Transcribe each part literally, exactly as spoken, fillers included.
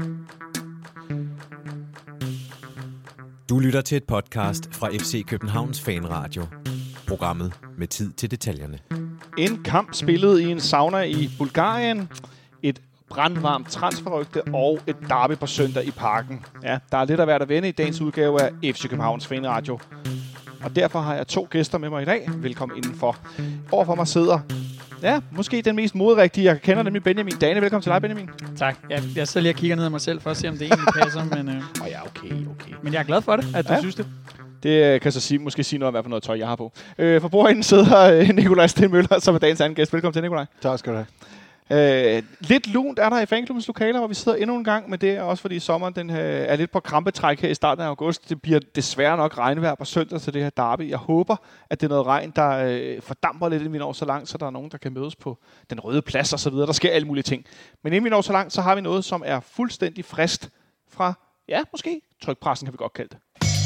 Du lytter til et podcast fra F C Københavns Fanradio. Programmet med tid til detaljerne. En kamp spillet i en sauna i Bulgarien. Et brandvarmt transferrygte og et derby på søndag i Parken. Ja, der er lidt at være der vende i dagens udgave af F C Københavns Fanradio. Og derfor har jeg to gæster med mig i dag. Velkommen indenfor. Overfor mig sidder, ja, måske den mest moderigtige, jeg kender, nemlig Benjamin Dane. Velkommen til dig, Benjamin. Tak. Jeg, jeg sidder lige og kigger ned ad mig selv for at se, om det egentlig passer. men, øh, oh ja, okay, okay. men jeg er glad for det, at du ja. synes det. Det kan så sige, måske sige noget om, hvad for noget tøj, jeg har på. Øh, for bordenden sidder øh, Nikolaj Stenmøller, som er dagens anden gæst. Velkommen til, Nikolaj. Tak skal du have. Øh, lidt lunt er der i fanklubbens lokaler, hvor vi sidder endnu en gang, men det er også fordi sommeren den, øh, er lidt på krampetræk her i starten af august. Det bliver desværre nok regnvejr på søndag til det her derby. Jeg håber, at det er noget regn, der øh, fordamper lidt, inden vi når så langt, så der er nogen, der kan mødes på den røde plads og så videre. Der sker alle mulige ting. Men inden vi når så langt, så har vi noget, som er fuldstændig frist fra, ja, måske trykpressen kan vi godt kalde det.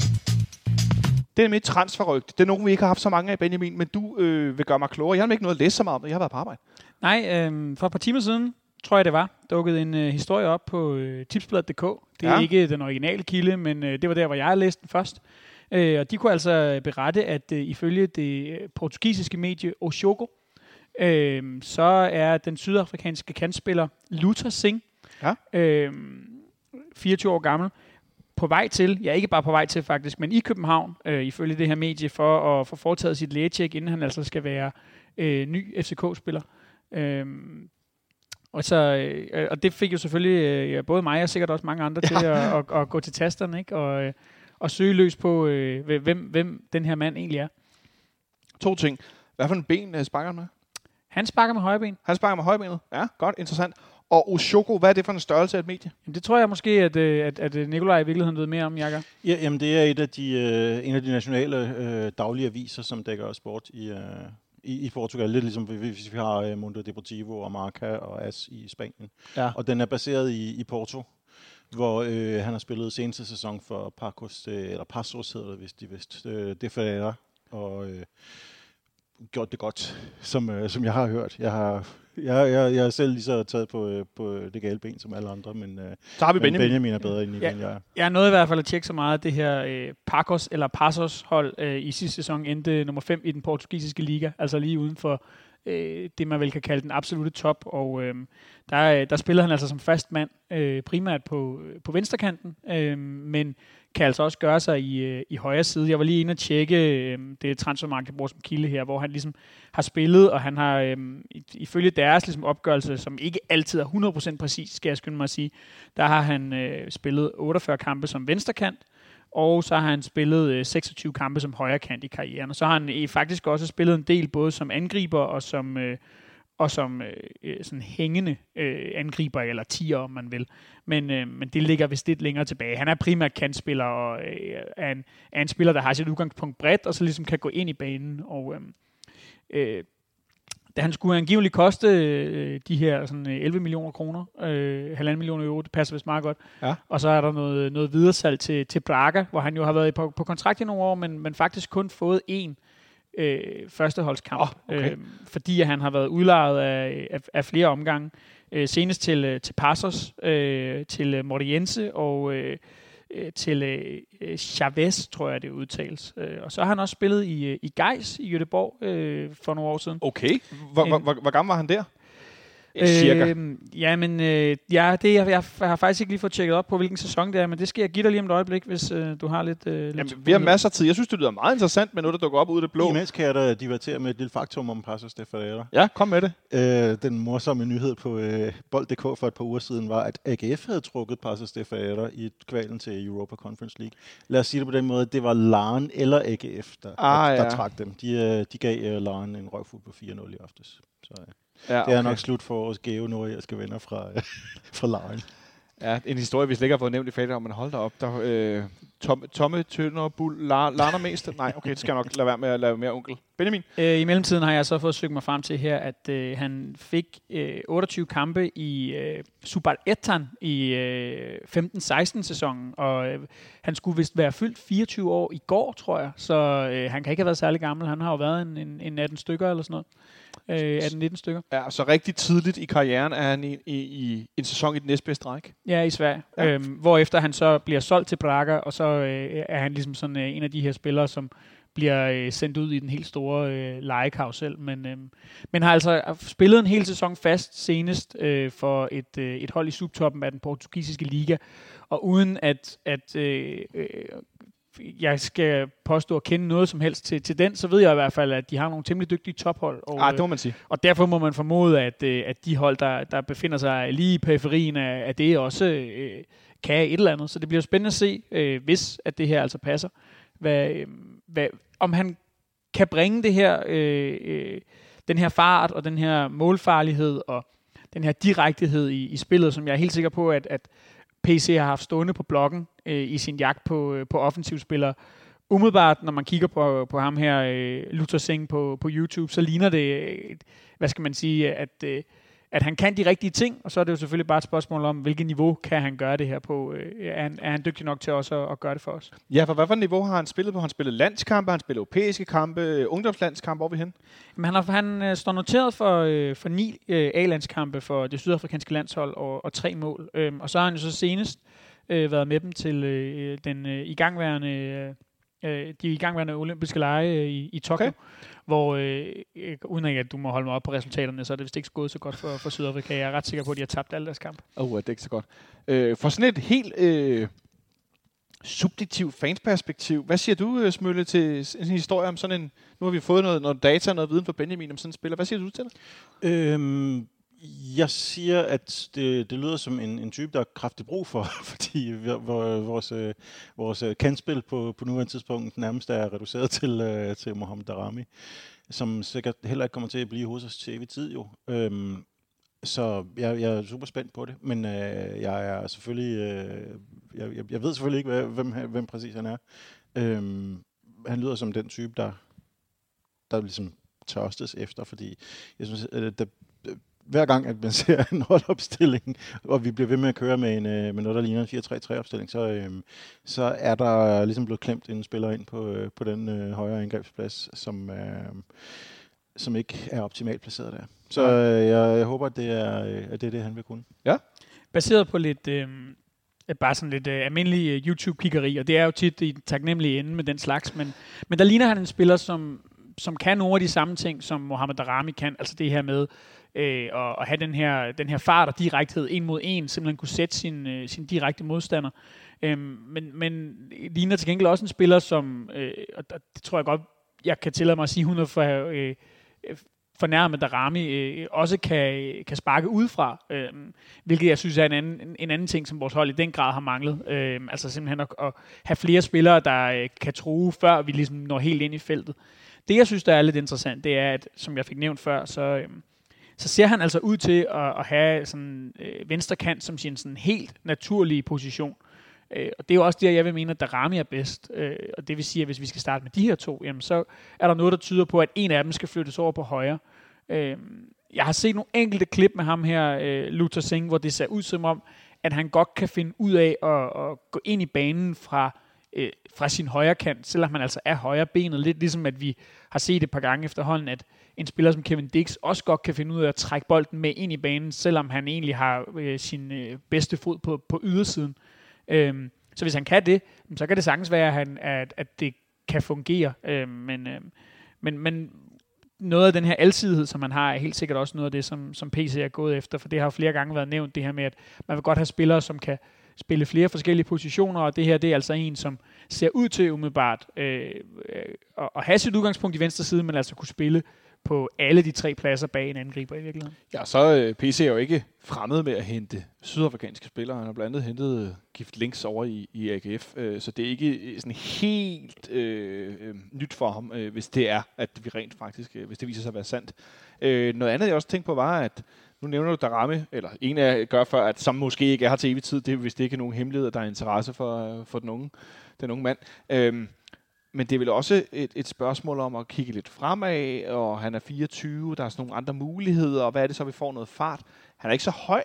Det er mit transferrygte. Det er nogen, vi ikke har haft så mange af, Benjamin, men du øh, vil gøre mig klogere. Jeg har ikke noget at læse så meget om det. Jeg har været på arbejde. Nej, øh, for et par timer siden, tror jeg det var, dukkede en øh, historie op på øh, tipsbladet punktum d k. Det er ja. ikke den originale kilde, men øh, det var der, hvor jeg læste den først. Øh, og de kunne altså berette, at øh, ifølge det portugisiske medie O Jogo, øh, så er den sydafrikanske kantspiller Luther Singh, ja. øh, fireogtyve år gammel, på vej til, ja ikke bare på vej til faktisk, men i København, øh, ifølge det her medie, for at få foretaget sit lægetjek, inden han altså skal være øh, ny F C K-spiller. Øhm, og, så, øh, og det fik jo selvfølgelig øh, ja, både mig og sikkert også mange andre ja. til at, at, at gå til tasterne, ikke? Og, øh, og søge løs på, øh, hvem, hvem den her mand egentlig er. To ting. Hvad for en ben øh, sparker han med? Han sparker med højreben. Han sparker med højbenet? Ja, godt, interessant. Og Oshogo, hvad er det for en størrelse af et medie? Jamen, det tror jeg måske, at, at, at Nikolaj i virkeligheden ved mere om, Jakob. Ja, jamen det er et af de, øh, en af de nationale øh, daglige aviser, som dækker sport i, øh, i, i Portugal. Lidt ligesom hvis vi har øh, Mundo Deportivo og Marca og A S i Spanien. Ja. Og den er baseret i, i Porto, hvor øh, han har spillet seneste sæson for Pacos, øh, eller Passos hedder det, hvis de vidste. Øh, det er og øh, gjort det godt, som, øh, som jeg har hørt. Jeg har... Jeg, jeg, jeg er selv lige så taget på, på det gale ben som alle andre, men, så har vi men Benjamin. Benjamin er bedre end, ja, end jeg er. Jeg nåede i hvert fald at tjekke så meget, at det her øh, Pacos eller Passos hold øh, i sidste sæson endte nummer fem i den portugisiske liga, altså lige uden for øh, det, man vel kan kalde den absolute top, og øh, der, der spiller han altså som fast mand, øh, primært på, på venstrekanten, øh, men kan altså også gøre sig i, i højre side. Jeg var lige inde og tjekke øh, det transfermarked, jeg bruger som kilde her, hvor han ligesom har spillet, og han har øh, ifølge deres ligesom, opgørelse, som ikke altid er hundrede procent præcis, skal jeg skynde mig at sige, der har han øh, spillet otteogfyrre kampe som venstrekant, og så har han spillet øh, seksogtyve kampe som højrekant i karrieren. Og så har han øh, faktisk også spillet en del, både som angriber og som... Øh, og som øh, sådan hængende øh, angriber, eller tier, om man vil. Men, øh, men det ligger vist lidt længere tilbage. Han er primært kantspiller, og øh, er, en, er en spiller, der har sit udgangspunkt bredt, og så ligesom kan gå ind i banen. Og øh, øh, da han skulle angiveligt koste øh, de her sådan, elleve millioner kroner, øh, halvanden millioner euro, det passer vist meget godt. Ja. Og så er der noget, noget videresalg til, til Braga, hvor han jo har været på, på kontrakt i nogle år, men, men faktisk kun fået én Øh, førsteholdskamp, oh, okay. øh, fordi han har været udlejet af, af, af flere omgange. Øh, senest til, til Passos, øh, til Moriense og øh, til øh, Chavez, tror jeg det udtales. Øh, og så har han også spillet i, i Geis i Göteborg øh, for nogle år siden. Okay. Hvor, øh, hvor, hvor, hvor gammel var han der? Cirka. Øh, ja, men øh, ja, det, jeg, jeg har faktisk ikke lige fået tjekket op på, hvilken sæson det er, men det skal jeg give dig lige om et øjeblik, hvis øh, du har lidt... Øh, Jamen, lidt vi har masser af tid. Jeg synes, det lyder meget interessant, men nu der dukker op ud af det blå. Imens kan jeg da divertere med et lille faktum om Passos de Ferreira. Ja, kom med det. Øh, den morsomme nyhed på øh, bold punktum d k for et par uger siden var, at A G F havde trukket Passos de Ferreira i kvalen til Europa Conference League. Lad os sige det på den måde, det var Larn eller A G F, der, ah, der, der ja. trak dem. De, øh, de gav øh, Larn en røvfuld på fire nul i aftes. Så, øh. Ja, okay. Det er nok slut for vores gave nordjyske venner fra, fra Larn. Ja, en historie, vi slet ikke har fået nævnt i faget, om man holder op. Der, øh, Tomme, Tomme Tønder, Bull, Larner mest. Nej, okay, det skal jeg nok lade være med at lave mere onkel. Benjamin? Øh, I mellemtiden har jeg så fået søgt mig frem til her, at øh, han fik øh, otteogtyve kampe i øh, Superettan i øh, femten seksten sæsonen, og øh, han skulle vist være fyldt fireogtyve år i går, tror jeg, så øh, han kan ikke have været særlig gammel. Han har jo været en, en, en atten stykker eller sådan noget. Øh, atten nitten stykker. Ja, så rigtig tidligt i karrieren er han i, i, i en sæson i den næstbedste række. Ja, i Sverige. Ja. Øhm, hvorefter han så bliver solgt til Braga, og så øh, er han ligesom sådan øh, en af de her spillere, som bliver øh, sendt ud i den helt store øh, legekarusel, men, øh, men har altså spillet en hel sæson fast senest øh, for et, øh, et hold i subtoppen af den portugisiske liga, og uden at, at øh, øh, jeg skal påstå at kende noget som helst til, til den, så ved jeg i hvert fald, at de har nogle temmelig dygtige tophold. Og, ah, det må man sige. Og derfor må man formode, at, at de hold, der, der befinder sig lige i periferien af, af det, også øh, kan et eller andet. Så det bliver spændende at se, øh, hvis at det her altså passer. Hvad, øh, hvad, om han kan bringe det her, øh, øh, den her fart og den her målfarlighed og den her direktehed i, i spillet, som jeg er helt sikker på, at, at P C har haft stående på blokken øh, i sin jagt på, øh, på offensivspillere. Umiddelbart, når man kigger på, på ham her, øh, Luther Singh på, på YouTube, så ligner det, øh, hvad skal man sige, at, øh, at han kan de rigtige ting, og så er det jo selvfølgelig bare et spørgsmål om, hvilket niveau kan han gøre det her på. Øh, er, han, er han dygtig nok til også at, at gøre det for os? Ja, for hvad for et niveau har han spillet på? Han spillet landskampe, han spillet europæiske kampe, ungdomslandskampe, hvor er vi hen? Men han, har, han øh, står noteret for, øh, for ni øh, A-landskampe for det sydafrikanske landshold og, og tre mål. Øhm, og så har han jo så senest øh, været med dem til øh, den øh, igangværende, øh, de igangværende olympiske lege øh, i, i Tokyo, okay. hvor øh, uden at du må holde mig op på resultaterne, så er det vist ikke gået så godt for, for Sydafrika. Jeg er ret sikker på, at de har tabt alle deres kampe. Åh, oh, det er ikke så godt. Øh, for sådan et helt øh, subjektivt fansperspektiv, hvad siger du, Smølle, til en historie om sådan en... Nu har vi fået noget, noget data og noget viden fra Benjamin om sådan en spiller. Hvad siger du til det? Øhm, jeg siger, at det, det lyder som en, en type, der er kraftigt brug for, fordi vi, vores, vores kantspil på, på nuværende tidspunkt nærmest er reduceret til, til Mohamed Daramy, som sikkert heller ikke kommer til at blive hos os til evig tid jo. Øhm, så jeg, jeg er super spændt på det, men øh, jeg er selvfølgelig, øh, jeg, jeg ved selvfølgelig ikke, hvem, hvem præcis han er. Øhm, han lyder som den type, der, der ligesom tørstes efter, fordi jeg synes, at der, hver gang, at man ser en holdopstilling, og vi bliver ved med at køre med, en, med noget, der ligner en fire tre tre opstilling, så, øhm, så er der ligesom blevet klemt en spiller ind på, øh, på den øh, højre angrebsplads, som, øh, som ikke er optimalt placeret der. Så øh, jeg, jeg håber, at det er, at det er det, han vil kunne. Ja. Baseret på lidt... Øh bare sådan lidt øh, almindelig øh, YouTube-kiggeri, og det er jo tit i taknemmelige ende med den slags, men, men der ligner han en spiller, som, som kan nogle af de samme ting, som Mohamed Daramy kan, altså det her med øh, at, at have den her, den her fart og direkthed en mod en, simpelthen kunne sætte sin, øh, sin direkte modstander. Øhm, men, men ligner til gengæld også en spiller, som, øh, og det tror jeg godt, jeg kan tillade mig at sige, hun er for... Øh, fornærmet Daramy øh, også kan, kan sparke udefra, øh, hvilket jeg synes er en anden, en anden ting, som vores hold i den grad har manglet. Øh, altså simpelthen at, at have flere spillere, der øh, kan true, før vi ligesom når helt ind i feltet. Det, jeg synes, der er lidt interessant, det er, at som jeg fik nævnt før, så, øh, så ser han altså ud til at, at have sådan øh, venstre kant som sin sådan helt naturlige position. Øh, og det er jo også det, jeg vil mene, at Daramy er bedst. Øh, og det vil sige, at hvis vi skal starte med de her to, jamen, så er der noget, der tyder på, at en af dem skal flyttes over på højre. Øh, jeg har set nogle enkelte klip med ham her, øh, Luther Singh, hvor det ser ud som om, at han godt kan finde ud af at, at gå ind i banen fra, øh, fra sin højre kant, selvom han altså er højre benet. Lidt ligesom, at vi har set et par gange efterhånden, at en spiller som Kevin Dix også godt kan finde ud af at trække bolden med ind i banen, selvom han egentlig har øh, sin øh, bedste fod på, på ydersiden. Øhm, så hvis han kan det, så kan det sagtens være, at, han, at, at det kan fungere. Øhm, men, øhm, men, men noget af den her alsidighed, som man har, er helt sikkert også noget af det, som, som P C er gået efter, for det har jo flere gange været nævnt, det her med, at man vil godt have spillere, som kan spille flere forskellige positioner, og det her, det er altså en, som ser ud til umiddelbart øh, øh, at have sit udgangspunkt i venstre side, men altså kunne spille på alle de tre pladser bag en angriber i virkeligheden. Ja, så øh, P C er jo ikke fremmed med at hente sydafrikanske spillere. Han har blandt andet hentet øh, Gift Links over i, i A G F, øh, så det er ikke sådan helt øh, øh, nyt for ham, øh, hvis det er, at vi rent faktisk, øh, hvis det viser sig at være sandt. Øh, noget andet, jeg også tænkte på, var, at nu nævner du Daramy, eller en af gør før, at som måske ikke er her til evig tid, det er vist ikke nogen hemmelighed, at der er interesse for, for den unge, den unge mand. Øh, men det er vel også et, et spørgsmål om at kigge lidt fremad, og han er fireogtyve, der er sådan nogle andre muligheder, og hvad er det så, vi får noget fart? Han er ikke så høj.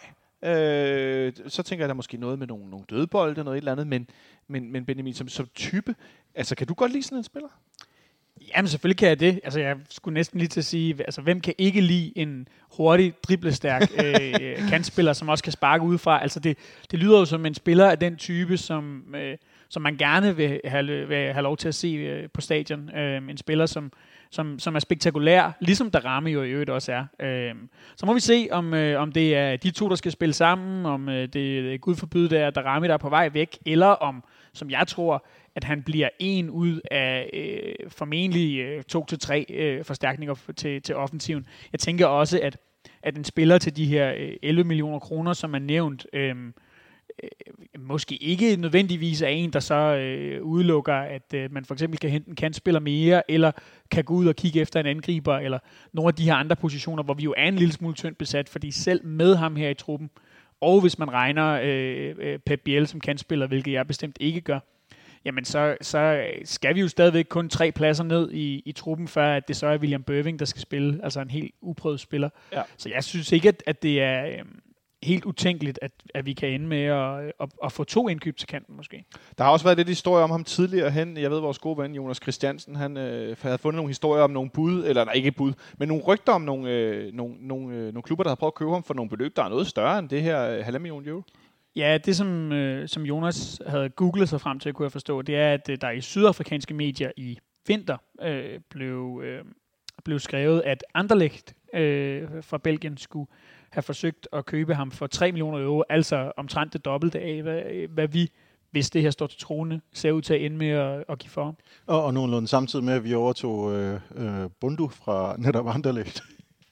Øh, så tænker jeg, der er måske noget med nogle, nogle dødbolde, noget et eller andet, men, men, men Benjamin, som, som type, altså kan du godt lide sådan en spiller? Jamen selvfølgelig kan jeg det. Altså jeg skulle næsten lige til at sige, altså hvem kan ikke lide en hurtig, driblestærk øh, kantspiller, som også kan sparke udefra? Altså det, det lyder jo som en spiller af den type, som, øh, som man gerne vil have, vil have lov til at se øh, på stadion. Øh, en spiller, som, som, som er spektakulær, ligesom Daramy jo i øvrigt også er. Øh, så må vi se, om, øh, om det er de to, der skal spille sammen, om øh, det er Gud forbyde, det er Daramy, der er på vej væk, eller om, som jeg tror, at han bliver en ud af øh, formentlig øh, to til tre øh, forstærkninger til, til offensiven. Jeg tænker også, at, at en spiller til de her øh, elleve millioner kroner, som er nævnt, øh, øh, måske ikke nødvendigvis er en, der så øh, udelukker, at øh, man for eksempel kan hente en kantspiller mere, eller kan gå ud og kigge efter en angriber, eller nogle af de her andre positioner, hvor vi jo er en lille smule tyndt besat, fordi selv med ham her i truppen, og hvis man regner øh, øh, Pep Biel som kantspiller, hvilket jeg bestemt ikke gør, jamen så, så skal vi jo stadigvæk kun tre pladser ned i, i truppen, før at det så er William Bøving, der skal spille, altså en helt uprøvet spiller. Ja. Så jeg synes ikke, at, at det er øh, helt utænkeligt, at, at vi kan ende med at, at, at få to indkøb til kanten måske. Der har også været lidt historie om ham tidligere hen. Jeg ved, vores gode ven Jonas Christiansen, han øh, havde fundet nogle historier om nogle bud, eller nej, ikke bud, men nogle rygter om nogle, øh, nogle, nogle, øh, nogle klubber, der har prøvet at købe ham for nogle beløb, der er noget større end det her øh, halvanden million euro. Ja, det som, øh, som Jonas havde googlet sig frem til, kunne jeg forstå, det er, at øh, der i sydafrikanske medier i vinter øh, blev, øh, blev skrevet, at Anderlecht øh, fra Belgien skulle have forsøgt at købe ham for tre millioner euro, altså omtrent det dobbelte af, hvad, hvad vi, hvis det her står til troende, ser ud til at ende med at, at give for ham. Og, og nogenlunde samtidig med, at vi overtog øh, øh, Bundu fra netop Anderlecht.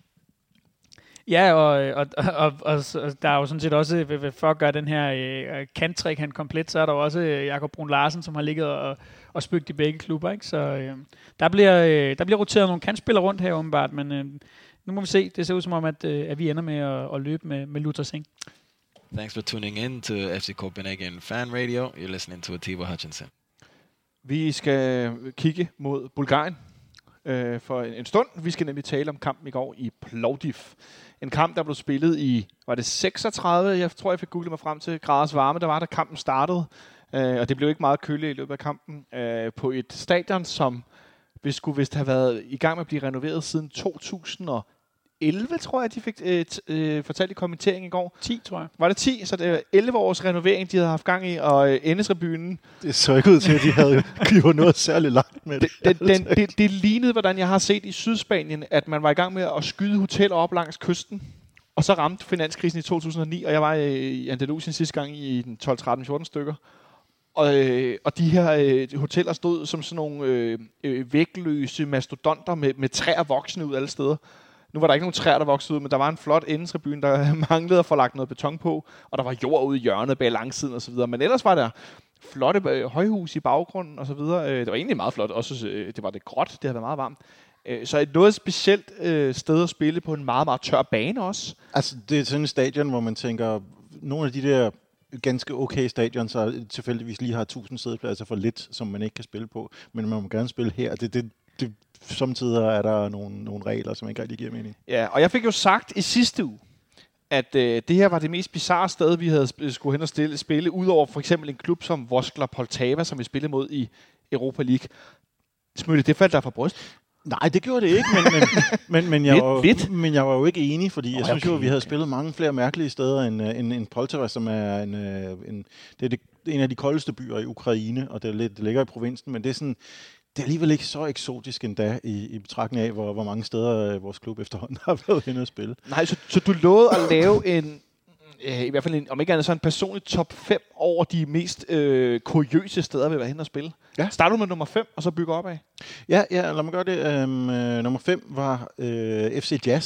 Ja, og, og, og, og, og der er jo sådan set også, for at gøre den her øh, kanttrik han komplet, så er der jo også øh, Jakob Brun Larsen, som har ligget og, og spøgt i begge klubber, ikke? Så øh, der, bliver, øh, der bliver roteret nogle kantspillere rundt her åbenbart, men øh, nu må vi se. Det ser ud som om, at, øh, at vi ender med at, at løbe med, med Luther Singh. Thanks for tuning in to F C Copenhagen Fan Radio. You're listening to Atiba Hutchinson. Vi skal kigge mod Bulgarien øh, for en, en stund. Vi skal nemlig tale om kampen i går i Plovdiv. En kamp, der blev spillet i, var det seksogtredive, jeg tror, jeg fik googlet mig frem til, graders varme, der var, da kampen startede. Øh, og det blev ikke meget køligt i løbet af kampen. Øh, på et stadion, som vi skulle vist have været i gang med at blive renoveret siden to tusind og elleve, tror jeg, de fik øh, t- øh, fortalt i kommenteringen i går. ti, tror jeg. Var det ti? Så det er elleve års renovering, de havde haft gang i, og øh, Endetribunen. Det så ikke ud til, at de havde gjort noget særligt langt med det. Den, den, det. Det lignede, hvordan jeg har set i Sydspanien, at man var i gang med at skyde hoteller op langs kysten, og så ramte finanskrisen i to tusind og ni, og jeg var i Andalusien sidste gang i den tolv, tretten, fjorten stykker. Og, øh, og de her øh, hoteller stod som sådan nogle øh, øh, vægtløse mastodonter med, med træer voksne ud alle steder. Nu var der ikke nogen træer, der voksede ud, men der var en flot endetribune, der manglede at få lagt noget beton på, og der var jord ude i hjørnet bag langsiden og så videre. Men ellers var der flotte øh, højhus i baggrunden og så videre. Øh, det var egentlig meget flot. Også øh, det var det gråt, det havde været meget varmt. Øh, så et noget specielt øh, sted at spille på en meget, meget tør bane også. Altså, det er sådan et stadion, hvor man tænker, nogle af de der ganske okay stadion, så tilfældigvis lige har tusind sædepladser for lidt, som man ikke kan spille på, men man må gerne spille her. Det, det, det, samtidig er der nogle, nogle regler, som ikke rigtig giver mening. Ja, og jeg fik jo sagt i sidste uge, at øh, det her var det mest bizarre sted, vi havde sp- skulle hen og stille, spille, udover for eksempel en klub som Voskla Poltava, som vi spillede mod i Europa League. Smølle, det faldt der fra bryst. Nej, det gjorde det ikke, men, men, men, men, jeg, lidt, var, lidt. men jeg var jo ikke enig, fordi jeg oh, synes okay, jo, at vi havde okay. spillet mange flere mærkelige steder end, end, end Poltava, som er en, en, det er det, en af de koldeste byer i Ukraine, og det, er lidt, det ligger i provinsen, men det er sådan, det er alligevel ikke så eksotisk endda i, i betragtning af, hvor, hvor mange steder vores klub efterhånden har været henne at spille. Nej, så, så du lovede at lave en, øh, i hvert fald en, om ikke andet så en personlig top fem over de mest øh, kuriøse steder, vi var henne at spille. Ja. Starter du med nummer fem, og så bygger op af? Ja, ja, lad mig gøre det. Um, uh, nummer fem var uh, F C Jazz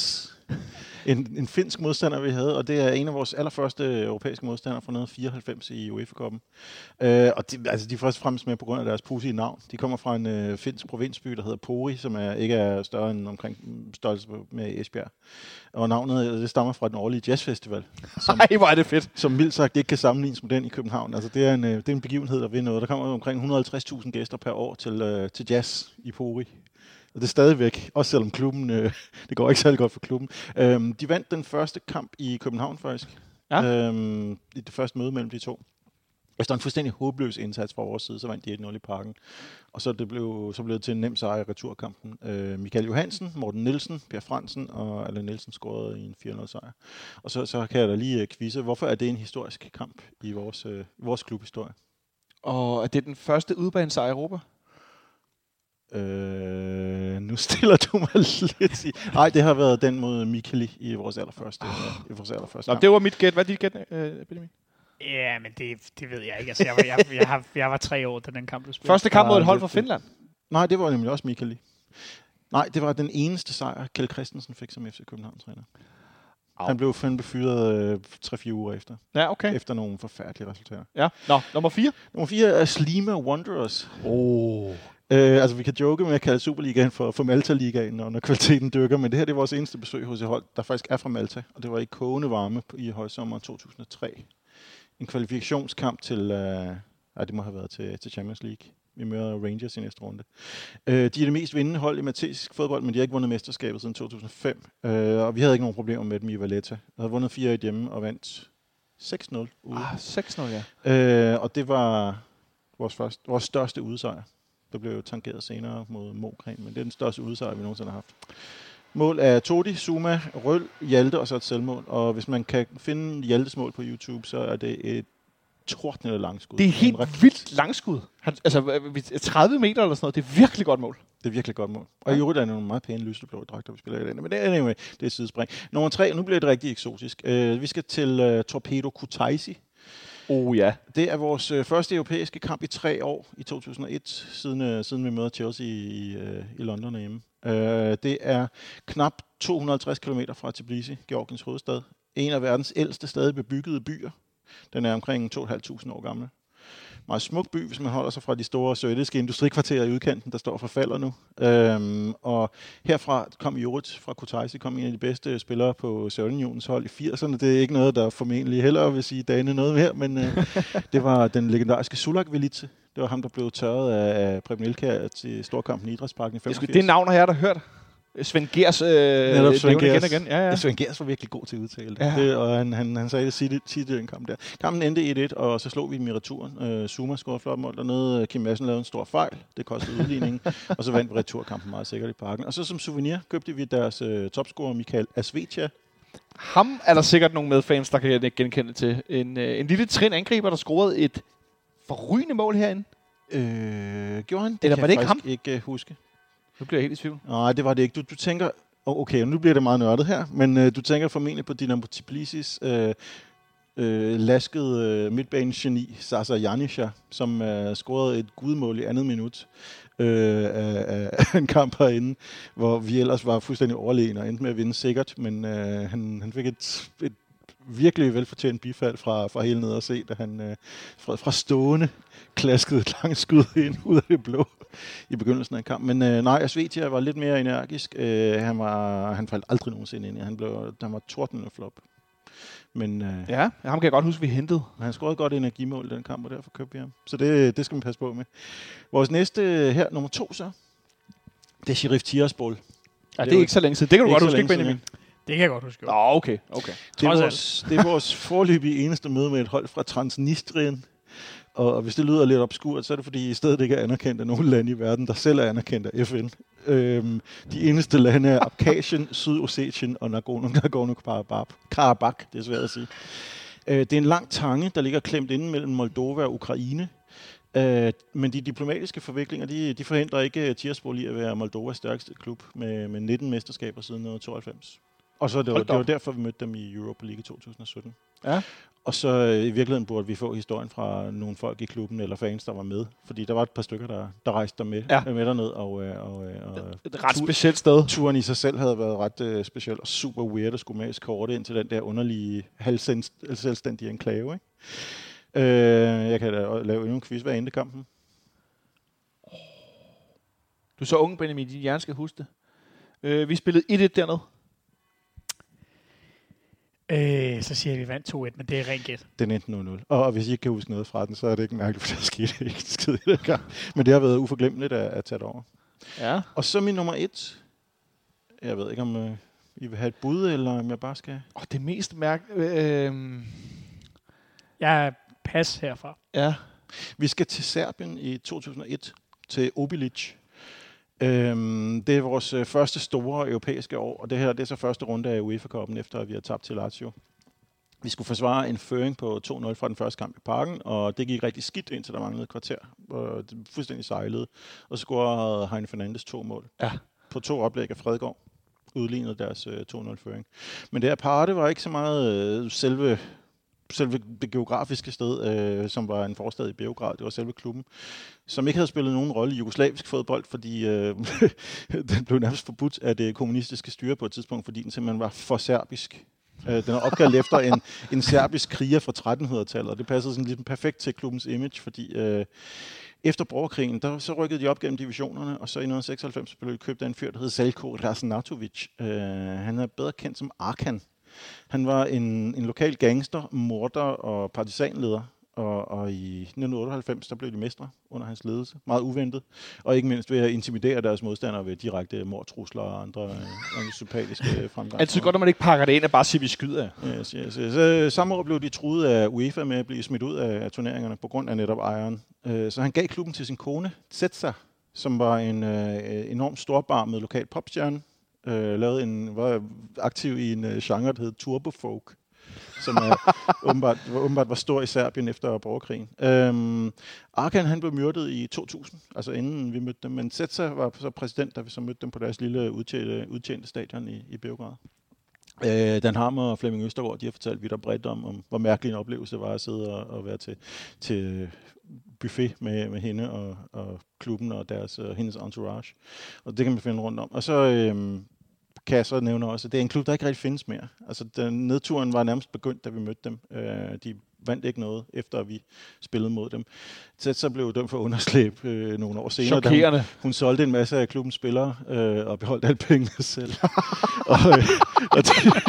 En, en finsk modstander, vi havde, og det er en af vores allerførste europæiske modstandere fra nitten fireoghalvfems i UEFA-cupen. Øh, og de, altså, de er først og fremmest med på grund af deres pudsige navn. De kommer fra en øh, finsk provinsby, der hedder Pori, som er, ikke er større end omkring størrelse med Esbjerg. Og navnet det stammer fra den årlige jazzfestival. Som, Ej, hvor er det fedt. Som vildt sagt ikke kan sammenlignes med den i København. Altså, det er en, øh, det er en begivenhed, der vinder noget. Der kommer omkring et hundrede og halvtreds tusind gæster per år til, øh, til jazz i Pori. Og det er stadigvæk, også selvom klubben, øh, det går ikke særlig godt for klubben. Øhm, de vandt den første kamp i København faktisk. Ja. Øhm, I det første møde mellem de to. Efter en fuldstændig håbløs indsats fra vores side, så vandt de et nul i parken. Og så, det blev, så blev det til en nem sejr i returkampen. Øh, Michael Johansen, Morten Nielsen, Per Fransen og Allan Nielsen scorede i en fire nul sejr. Og så, så kan jeg da lige quizze, hvorfor er det en historisk kamp i vores, øh, vores klubhistorie? Og er det den første udbanesejr i Europa? Øh, nu stiller du mig lidt i... Nej, det har været den mod Mikkeli i vores allerførste, oh. i vores allerførste Nå, det var mit gæt. Hvad er dit gæt, øh, Benjamin? Ja, men det, det ved jeg ikke. Altså, jeg, var, jeg, jeg, jeg, jeg var tre år, da den kamp blev spillet. Første kamp mod et hold fra Finland? Nej, det var nemlig også Mikkeli. Nej, det var den eneste sejr, Kjeld Christensen fik som F C København-træner. Au. Han blev fandme fyret øh, tre-fire uger efter. Ja, okay. Efter nogle forfærdelige resultater. Ja. Nå, nummer fire? Nummer fire er Slima Wanderers. Oh. Øh, altså, vi kan joke med at kalde Superligaen for, for Malta-ligaen, når, når kvaliteten dykker, men det her det er vores eneste besøg hos et hold, der faktisk er fra Malta, og det var i kogende varme i højsommeren to tusind og tre. En kvalifikationskamp til, øh, nej, det må have været til, til Champions League. Vi møder Rangers i næste runde. Øh, de er det mest vindende hold i maltesisk fodbold, men de har ikke vundet mesterskabet siden to tusind og fem, øh, og vi havde ikke nogen problemer med dem i Valletta. Vi havde vundet fire et hjemme og vandt seks nul ude. Ah, seks nul, ja. Øh, og det var vores, første, vores største udsejr. Der blev jo tangeret senere mod Mokren, men det er den største udsejr, vi nogensinde har haft. Mål af Todi, Zuma, Røl, Hjalte og så et selvmål. Og hvis man kan finde Hjaltes mål på YouTube, så er det et tordnende langskud. Det er helt ret vildt langskud. Altså tredive meter eller sådan noget. Det er virkelig godt mål. Det er virkelig godt mål. Og i øvrigt er det nogle meget pæne lyseblå dragter, vi spiller i den. Men det er, anyway, det er sidespring. Nummer tre, nu bliver det rigtig eksotisk. Uh, vi skal til uh, Torpedo Kutaisi. Oh ja. Det er vores øh, første europæiske kamp i tre år, i to tusind og et, siden, øh, siden vi møder Chelsea i, øh, i London hjemme. Øh, det er knap to hundrede og halvtreds kilometer fra Tbilisi, Georgiens hovedstad. En af verdens ældste stadig bebyggede byer. Den er omkring to tusind fem hundrede år gammel. Meget smuk by, hvis man holder sig fra de store sovjetiske industrikvarterer i udkanten, der står og forfalder nu. Øhm, og herfra kom Jorit fra Kutaisi, kom en af de bedste spillere på Sovjetunionens hold i firserne. Det er ikke noget, der formentlig heller vil sige Dane noget mere, men øh, det var den legendariske Sulak Velitse. Det var ham, der blev tørret af Preben Elkjær til Storkampen i Idrætsparken i femogfirs. Det navn har jeg da hørt. Svend Gers øh, Netop Svend Gers. Igen, igen. Ja, ja. Svend Gers var virkelig god til at udtale det, ja. det og han, han, han sagde det tit i den kamp der. Kampen endte et et, og så slog vi dem i returen. Uh, Zuma scorede flot mål dernede. Kim Madsen lavede en stor fejl. Det kostede udligningen. Og så vandt vi returkampen meget sikkert i parken. Og så som souvenir købte vi deres uh, topscorer Michael Asvetia. Ham er der sikkert nogle medfans, der kan genkende til. En, uh, en lille trin angriber, der scorede et forrygende mål herinde. Øh, gjorde han? Det Eller kan var det ikke jeg ham? ikke uh, huske. Nu bliver jeg helt i tvivl. Nej, det var det ikke. Du, du tænker... Okay, nu bliver det meget nørdet her, men øh, du tænker formentlig på Dinamo Tbilisis øh, øh, laskede øh, midtbanegeni Sasa Janisha, som øh, scorede et gudmål i andet minut øh, af, af en kamp herinde, hvor vi ellers var fuldstændig overlegne og endte med at vinde sikkert, men øh, han, han fik et, et virkelig velfortjent bifald fra, fra hele ned og se, da han øh, fra, fra stående klaskede et langt skud ind ud af det blå i begyndelsen af kampen. Men øh, nej, Asvetia var lidt mere energisk. Øh, han, var, han faldt aldrig nogensinde ind i. Han, blev, han var tordnende flop. Men, øh, ja, ham kan jeg godt huske, vi hentede. Han scorede godt energimål i den kamp, og derfor købte vi ham. Så det, det skal man passe på med. Vores næste her, nummer to så, det er Sheriff Tiraspol. Ja, det er ikke så længe siden. Det kan du godt huske, ikke Benjamin? Det kan jeg godt huske. Nå, okay. okay. Det, er vores, det er vores forløbige eneste møde med et hold fra Transnistrien. Og hvis det lyder lidt obskurt, så er det fordi i stedet ikke er anerkendt af nogle lande i verden, der selv er anerkendt af F N. Øhm, de eneste lande er Abkhazien, Sydossetien og Nagorno-Karabakh. Det er svært at sige. Øh, det er en lang tange, der ligger klemt inde mellem Moldova og Ukraine. Øh, men de diplomatiske forviklinger, de, de forhindrer ikke Tiraspol i at være Moldovas stærkeste klub med, med nitten mesterskaber siden nitten tooghalvfems. Og så det var, det var derfor, vi mødte dem i Europa League i to tusind og sytten. Ja. Og så øh, i virkeligheden burde vi få historien fra nogle folk i klubben, eller fans, der var med. Fordi der var et par stykker, der, der rejste der med, ja. med derned. Og, øh, og, øh, og et ret specielt sted. Turen i sig selv havde været ret øh, speciel og super weird at skulle med eskorte ind til den der underlige, halvselvstændige enklave. Ikke? Øh, jeg kan da lave endnu en quiz. Hvad endte kampen? Du er så ung, Benjamin. Din hjerne skal huske det. Øh, vi spillede et-et dernede. Øh, så siger jeg, at vi vandt to et, men det er rent gæt. Den endte nul nul. Og hvis I ikke kan huske noget fra den, så er det ikke mærkeligt, for der skete ikke skide i den gang. Men det har været uforglemmeligt at, at tage det over. Ja. Og så min nummer et. Jeg ved ikke, om øh, I vil have et bud, eller om jeg bare skal... Oh, det mest mærkelige... Øh... Jeg er pas herfra. Ja. Vi skal til Serbien i to tusind og et, til Obilic. Øhm, det er vores øh, første store europæiske år, og det her det er så første runde af UEFA-cupen, efter at vi har tabt til Lazio. Vi skulle forsvare en føring på to nul fra den første kamp i Parken, og det gik rigtig skidt, indtil der manglede et kvarter. Og det fuldstændig sejlede. Og så scorede Heine Fernandes to mål. Ja. På to oplæg af Fredgaard. Udlignede deres øh, to nul føring. Men det her party var ikke så meget øh, selve... selve det geografiske sted, øh, som var en forstad i Beograd, det var selve klubben, som ikke havde spillet nogen rolle i jugoslavisk fodbold, fordi øh, den blev nærmest forbudt af det kommunistiske styre på et tidspunkt, fordi den simpelthen var for serbisk. Øh, den er opkaldt efter en, en serbisk kriger fra trettenhundredetallet, og det passede sådan lidt perfekt til klubbens image, fordi øh, efter borgerkrigen, der så rykkede de op gennem divisionerne, og så i nitten seksoghalvfems blev de købt af en fyr, der hed Zeljko Raznatovic. Øh, han er bedre kendt som Arkan. Han var en, en lokal gangster, morder og partisanleder, og, og i nitten otteoghalvfems der blev de mestre under hans ledelse. Meget uventet, og ikke mindst ved at intimidere deres modstandere ved direkte mordtrusler og andre, andre sympatiske fremgange. Altid godt, at man ikke pakker det ind og bare siger, vi skyder. Yes, yes, yes. Samme år blev de truet af UEFA med at blive smidt ud af, af turneringerne på grund af netop ejeren. Så han gav klubben til sin kone, Zetsa, som var en øh, enormt storbarmet lokal popstjerne. Uh, lavede en, var aktiv i en uh, genre, der hed Turbo Folk, som er, åbenbart, var, åbenbart var stor i Serbien efter borgerkrigen. Um, Arkan han blev myrdet i to tusind, altså inden vi mødte dem, men Zetsa var så præsident, da vi så mødte dem på deres lille udtjente, udtjente stadion i, i Beograd. Uh, Dan Hammer og Flemming Østergaard, de har fortalt vidt og bredt om, om, hvor mærkelig en oplevelse var at sidde og, og være til, til buffet med, med hende og, og klubben og deres, uh, hendes entourage. Og det kan man finde rundt om. Og så... Um, kan jeg så nævne også, at det er en klub, der ikke rigtig findes mere. Altså, den nedturen var nærmest begyndt, da vi mødte dem. Øh, de vandt ikke noget, efter vi spillede mod dem. Så, så blev dømt for underslæb øh, nogle år senere. Chokerende. Hun, hun solgte en masse af klubbens spillere øh, og beholdt alle pengene selv. og, øh, og de,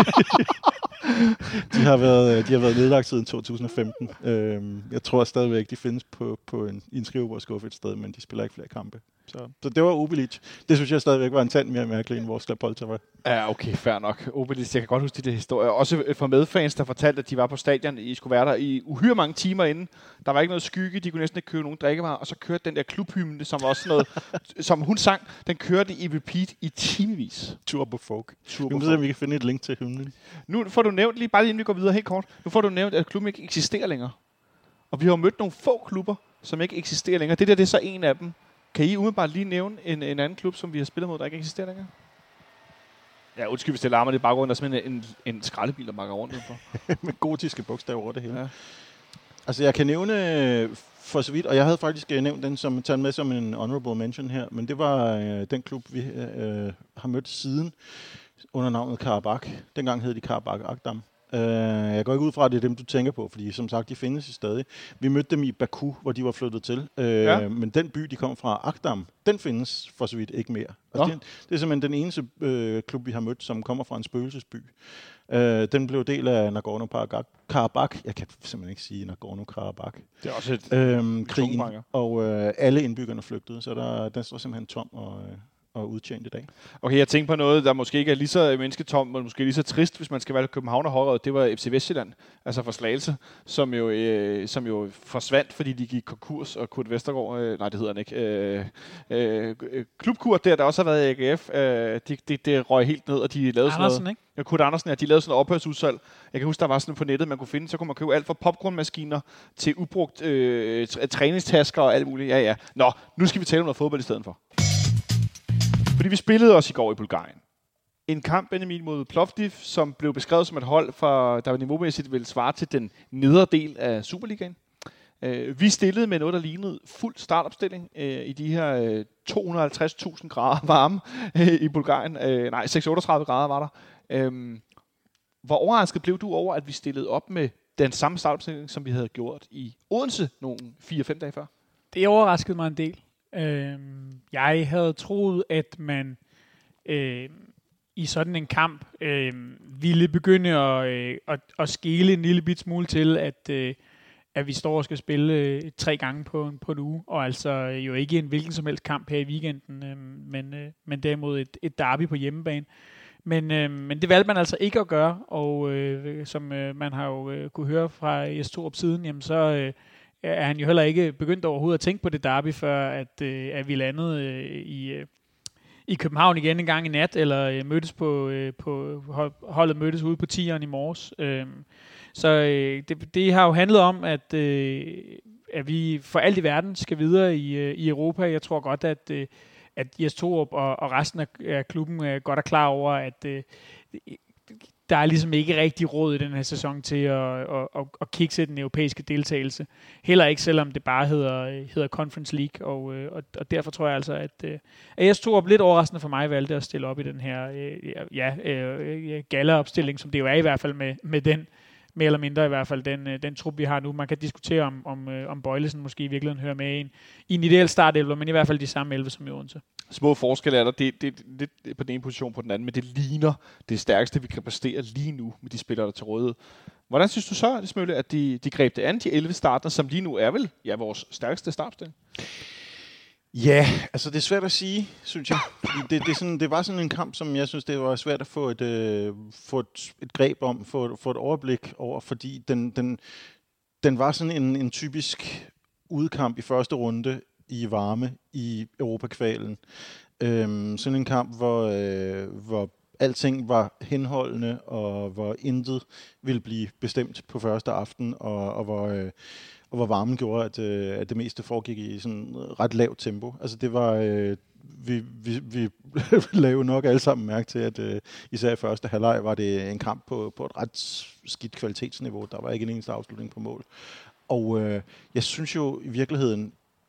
de, har været, de har været nedlagt siden to tusind og femten. Øh, jeg tror stadigvæk, de findes på, på en, i en skrivebordsskuffe et sted, men de spiller ikke flere kampe. Så, så det var Obilic. Det synes jeg stadigvæk var en tand mere mærkelig, end vores Slapolta var. Ja, okay, fair nok. Obilic, jeg kan godt huske de der historier. Også for medfans, der fortalte, at de var på stadion, I skulle være der i uhyre mange timer inden. Der var ikke noget skygge, de kunne næsten ikke købe nogen drikkevarer, og så kørte den der klubhymne, som var også noget, som hun sang, den kørte i repeat i timevis. Turbo Folk. Turbo vi må se, om vi kan finde et link til hymnen. Nu får du nævnt, lige bare lige inden vi går videre helt kort, nu får du nævnt, at klubben ikke eksisterer længere. Og vi har mødt nogle få klubber, som ikke eksisterer længere. Det der, det er så en af dem. Kan I umiddelbart lige nævne en, en anden klub, som vi har spillet mod, der ikke eksisterer længere? Ja, undskyld, hvis det larmer lidt i baggrunden. Der er simpelthen en, en skraldebil, der bakker rundt udenfor. Med gotiske bogstaver over det hele. Ja. Altså, jeg kan nævne for så vidt, og jeg havde faktisk nævnt den som taget med som en honorable mention her, men det var øh, den klub, vi øh, har mødt siden under navnet Karabakh. Dengang hed de Karabakh Akdam. Uh, jeg går ikke ud fra, at det er dem, du tænker på, fordi som sagt, de findes stadig. Vi mødte dem i Baku, hvor de var flyttet til. Uh, ja. Men den by, de kom fra, Akdam, den findes for så vidt ikke mere. Altså, det, det er simpelthen den eneste uh, klub, vi har mødt, som kommer fra en spøgelsesby. Uh, den blev del af Nagorno-Karabakh. Jeg kan simpelthen ikke sige Nagorno-Karabakh. Det er også et uh, krigen, og uh, alle indbyggerne flygtede, så der, den står simpelthen tom og... Uh, og udtjent i dag. Okay, jeg tænker på noget, der måske ikke er lige så mennesketomt, men måske lige så trist, hvis man skal være København og Højrød. Det var F C Vestjylland, altså for Slagelse, som jo, øh, som jo forsvandt, fordi de gik konkurs, og Kurt Vestergaard, øh, nej, det hedder han ikke, øh, øh, klubkurt der, der også har været i A G F, øh, det de, de røg helt ned, og de lavede Andersen, sådan noget. ikke? Ja, Kurt Andersen, ja, de lavede sådan noget ophørsudsalg. Jeg kan huske, der var sådan på nettet, man kunne finde, så kunne man købe alt fra popcornmaskiner til ubrugt øh, træningstasker og alt muligt. Ja, ja. Nå, nu skal vi tale om noget fodbold i stedet for. Fordi vi spillede også i går i Bulgarien. En kamp, Benjamin, mod Plovdiv, som blev beskrevet som et hold, for, der niveaumæssigt ville svare til den nedre del af Superligaen. Uh, vi stillede med noget, der lignede fuld startopstilling uh, i de her uh, to hundrede og halvtreds tusind grader varme uh, i Bulgarien. Uh, nej, seks hundrede og otteogtredive grader var der. Uh, hvor overrasket blev du over, at vi stillede op med den samme startopstilling, som vi havde gjort i Odense nogle fire fem dage før? Det overraskede mig en del. Uh, jeg havde troet, at man uh, i sådan en kamp uh, ville begynde at, uh, at, at skele en lille bit smule til, at uh, at vi står og skal spille øh, tre gange på, på en uge, og altså øh, jo ikke en hvilken som helst kamp her i weekenden, øh, men, øh, men derimod et, et derby på hjemmebane. Men, øh, men det valgte man altså ikke at gøre, og øh, som øh, man har jo øh, kunne høre fra Jes Torup siden, jamen så øh, er han jo heller ikke begyndt overhovedet at tænke på det derby, før at, øh, at vi landede øh, i, øh, i København igen en gang i nat, eller øh, mødtes på, øh, på holdet mødtes ude på tieren i morges. Øh, Så øh, det, det har jo handlet om, at, øh, at vi for alt i verden skal videre i, øh, i Europa. Jeg tror godt, at, øh, at Jes Torup og, og resten af, af klubben er godt er klar over, at øh, der er ligesom ikke rigtig råd i den her sæson til at, at, at, at kikse den europæiske deltagelse. Heller ikke, selvom det bare hedder, hedder Conference League. Og, og, og derfor tror jeg altså, at, at Jes Torup lidt overraskende for mig valgte at stille op i den her ja, ja, galla-opstilling, som det jo er i hvert fald med, med den mere eller mindre i hvert fald, den, den trup, vi har nu. Man kan diskutere, om, om, om Bøjlesen måske i virkeligheden hører med i en, i en ideel startelver, men i hvert fald de samme elleve som i Odense. Små forskelle er der. Det, det, det, det på den ene position på den anden, men det ligner det stærkeste, vi kan præstere lige nu med de spillere, der er til rådighed. Hvordan synes du så, Smølle, at de, de greb det an, de elleve starter, som lige nu er vel ja, vores stærkeste startstilling? Ja, altså det er svært at sige, synes jeg. Det, det, er sådan, det var sådan en kamp, som jeg synes, det var svært at få et, øh, få et, et greb om, få, få et overblik over, fordi den, den, den var sådan en, en typisk udkamp i første runde i varme i Europakvalen. Øhm, sådan en kamp, hvor, øh, hvor alting var henholdende, og hvor intet ville blive bestemt på første aften, og, og hvor... Øh, og hvor varmen gjorde, at, øh, at det meste foregik i sådan ret lavt tempo. Altså det var, øh, vi, vi, vi lavede nok alle sammen mærke til, at øh, især i første halvleg var det en kamp på, på et ret skidt kvalitetsniveau. Der var ikke en eneste afslutning på mål. Og øh, jeg synes jo i virkeligheden,